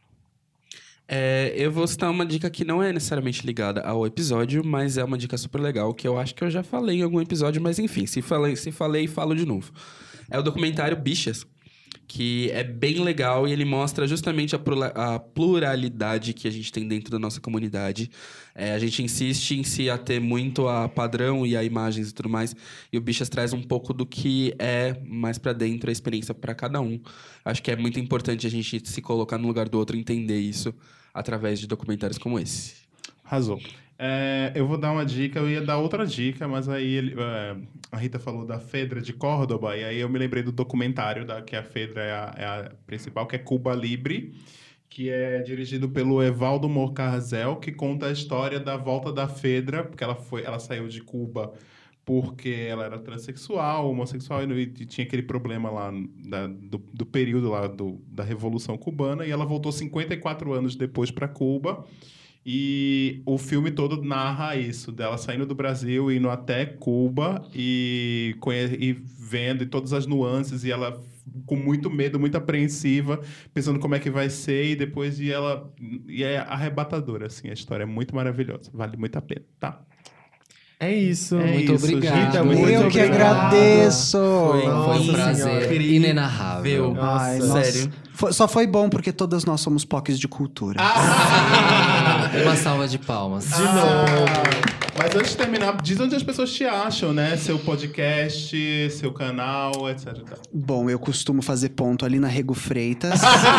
É, eu vou citar uma dica que não é necessariamente ligada ao episódio, mas é uma dica super legal, que eu acho que eu já falei em algum episódio, mas enfim, se falei, se falei, falo de novo. É o documentário Bichas, que é bem legal e ele mostra justamente a, plura- a pluralidade que a gente tem dentro da nossa comunidade. É, a gente insiste em se ater muito a padrão e a imagens e tudo mais, e o Bichas traz um pouco do que é mais pra dentro, a experiência pra cada um. Acho que é muito importante a gente se colocar no lugar do outro e entender isso através de documentários como esse. Arrasou. É, eu vou dar uma dica, eu ia dar outra dica, mas aí ele, é, a Rita falou da Fedra de Córdoba, e aí eu me lembrei do documentário, da, que a Fedra é a, é a principal, que é Cuba Libre, que é dirigido pelo Evaldo Morcarzel, que conta a história da volta da Fedra, porque ela, foi, ela saiu de Cuba porque ela era transexual, homossexual, e, e tinha aquele problema lá da, do, do período lá do, da Revolução Cubana, e ela voltou cinquenta e quatro anos depois para Cuba. E o filme todo narra isso, dela saindo do Brasil, indo até Cuba e, conhe- e vendo e todas as nuances, e ela com muito medo, muito apreensiva, pensando como é que vai ser, e depois e ela e é arrebatadora, assim, a história é muito maravilhosa, vale muito a pena, tá? É isso. É Muito isso, obrigado. Rita, muito Eu que obrigado. agradeço! Foi, Foi um Nossa prazer senhora. inenarrável. Ai, Nossa. nossa. Sério. Foi- só foi bom porque todas nós somos P O Cs de cultura. Uma salva de palmas. De novo. Mas antes de terminar, diz onde as pessoas te acham, né? Seu podcast, seu canal, etcétera. Bom, eu costumo fazer ponto ali na Rego Freitas.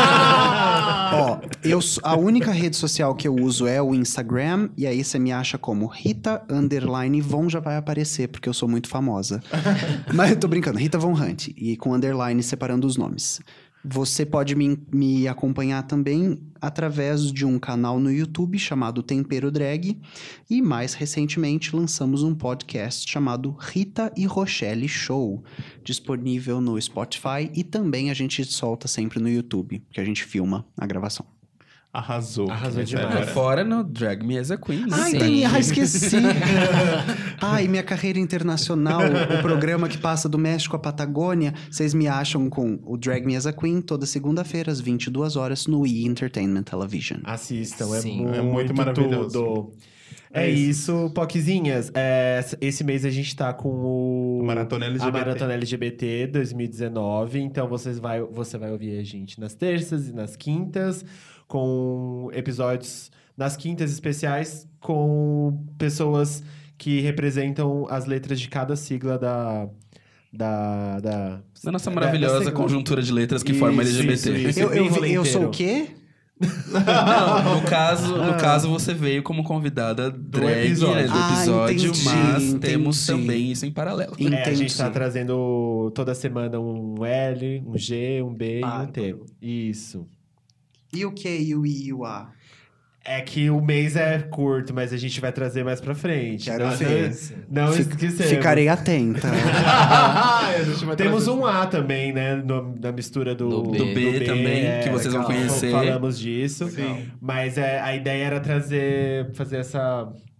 Ó, eu, s- a única rede social que eu uso é o Instagram, e aí você me acha como Rita Underline Von, já vai aparecer, porque eu sou muito famosa. Mas eu tô brincando, Rita Von Hunt, e com underline separando os nomes. Você pode me, me acompanhar também através de um canal no YouTube chamado Tempero Drag. E mais recentemente lançamos um podcast chamado Rita e Rochelle Show, disponível no Spotify, e também a gente solta sempre no YouTube, que a gente filma a gravação. Arrasou. Arrasou Essa demais. era- Fora no Drag Me As a Queen. Ai, Sim. tem, ah, esqueci! Ai, minha carreira internacional, o programa que passa do México à Patagônia, vocês me acham com o Drag Me As a Queen toda segunda-feira às vinte e duas horas no E! Entertainment Television. Assistam, é, Sim. muito, É muito maravilhoso. tudo. É, É isso, Poquezinhas. É, esse mês a gente tá com o... Maratona L G B T. A Maratona L G B T dois mil e dezenove. Então vocês vai, você vai ouvir a gente nas terças e nas quintas, com episódios nas quintas especiais, com pessoas que representam as letras de cada sigla da... Da, da, Da nossa da- maravilhosa da- conjuntura de letras que forma Isso, L G B T. isso, isso. Eu, bem eu, eu sou volenteiro. o quê? Não, no caso, no caso, você veio como convidada drag episódio. né, do Ah, episódio, entendi, mas temos entendi. também isso em paralelo. É, a Entendi. gente tá trazendo toda semana um L, um G, um B e um T. Isso. E o que? E o I e o A? É que o mês é curto, mas a gente vai trazer mais pra frente. Quero não, ver. Não, não Fi- esquecemos. Ficarei atenta. a gente vai Temos trazer- um A também, né? No- na mistura do, Do B. Do B também, que vocês vão legal. conhecer. Falamos disso. Sim. Mas é, a ideia era trazer, fazer essa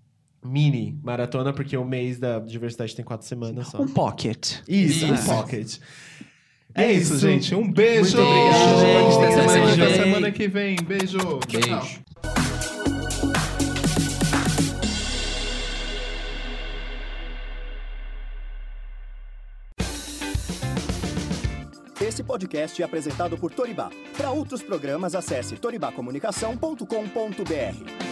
mini maratona, porque o mês da diversidade tem quatro semanas só. Um pocket. Isso, um Isso. pocket. É isso, gente. Um beijo. Muito obrigado, gente. Até Até semana que semana, vem. semana que vem. Beijo. Beijo. Tchau. Esse podcast é apresentado por Toribá. Para outros programas, acesse toribacomunicação ponto com ponto br.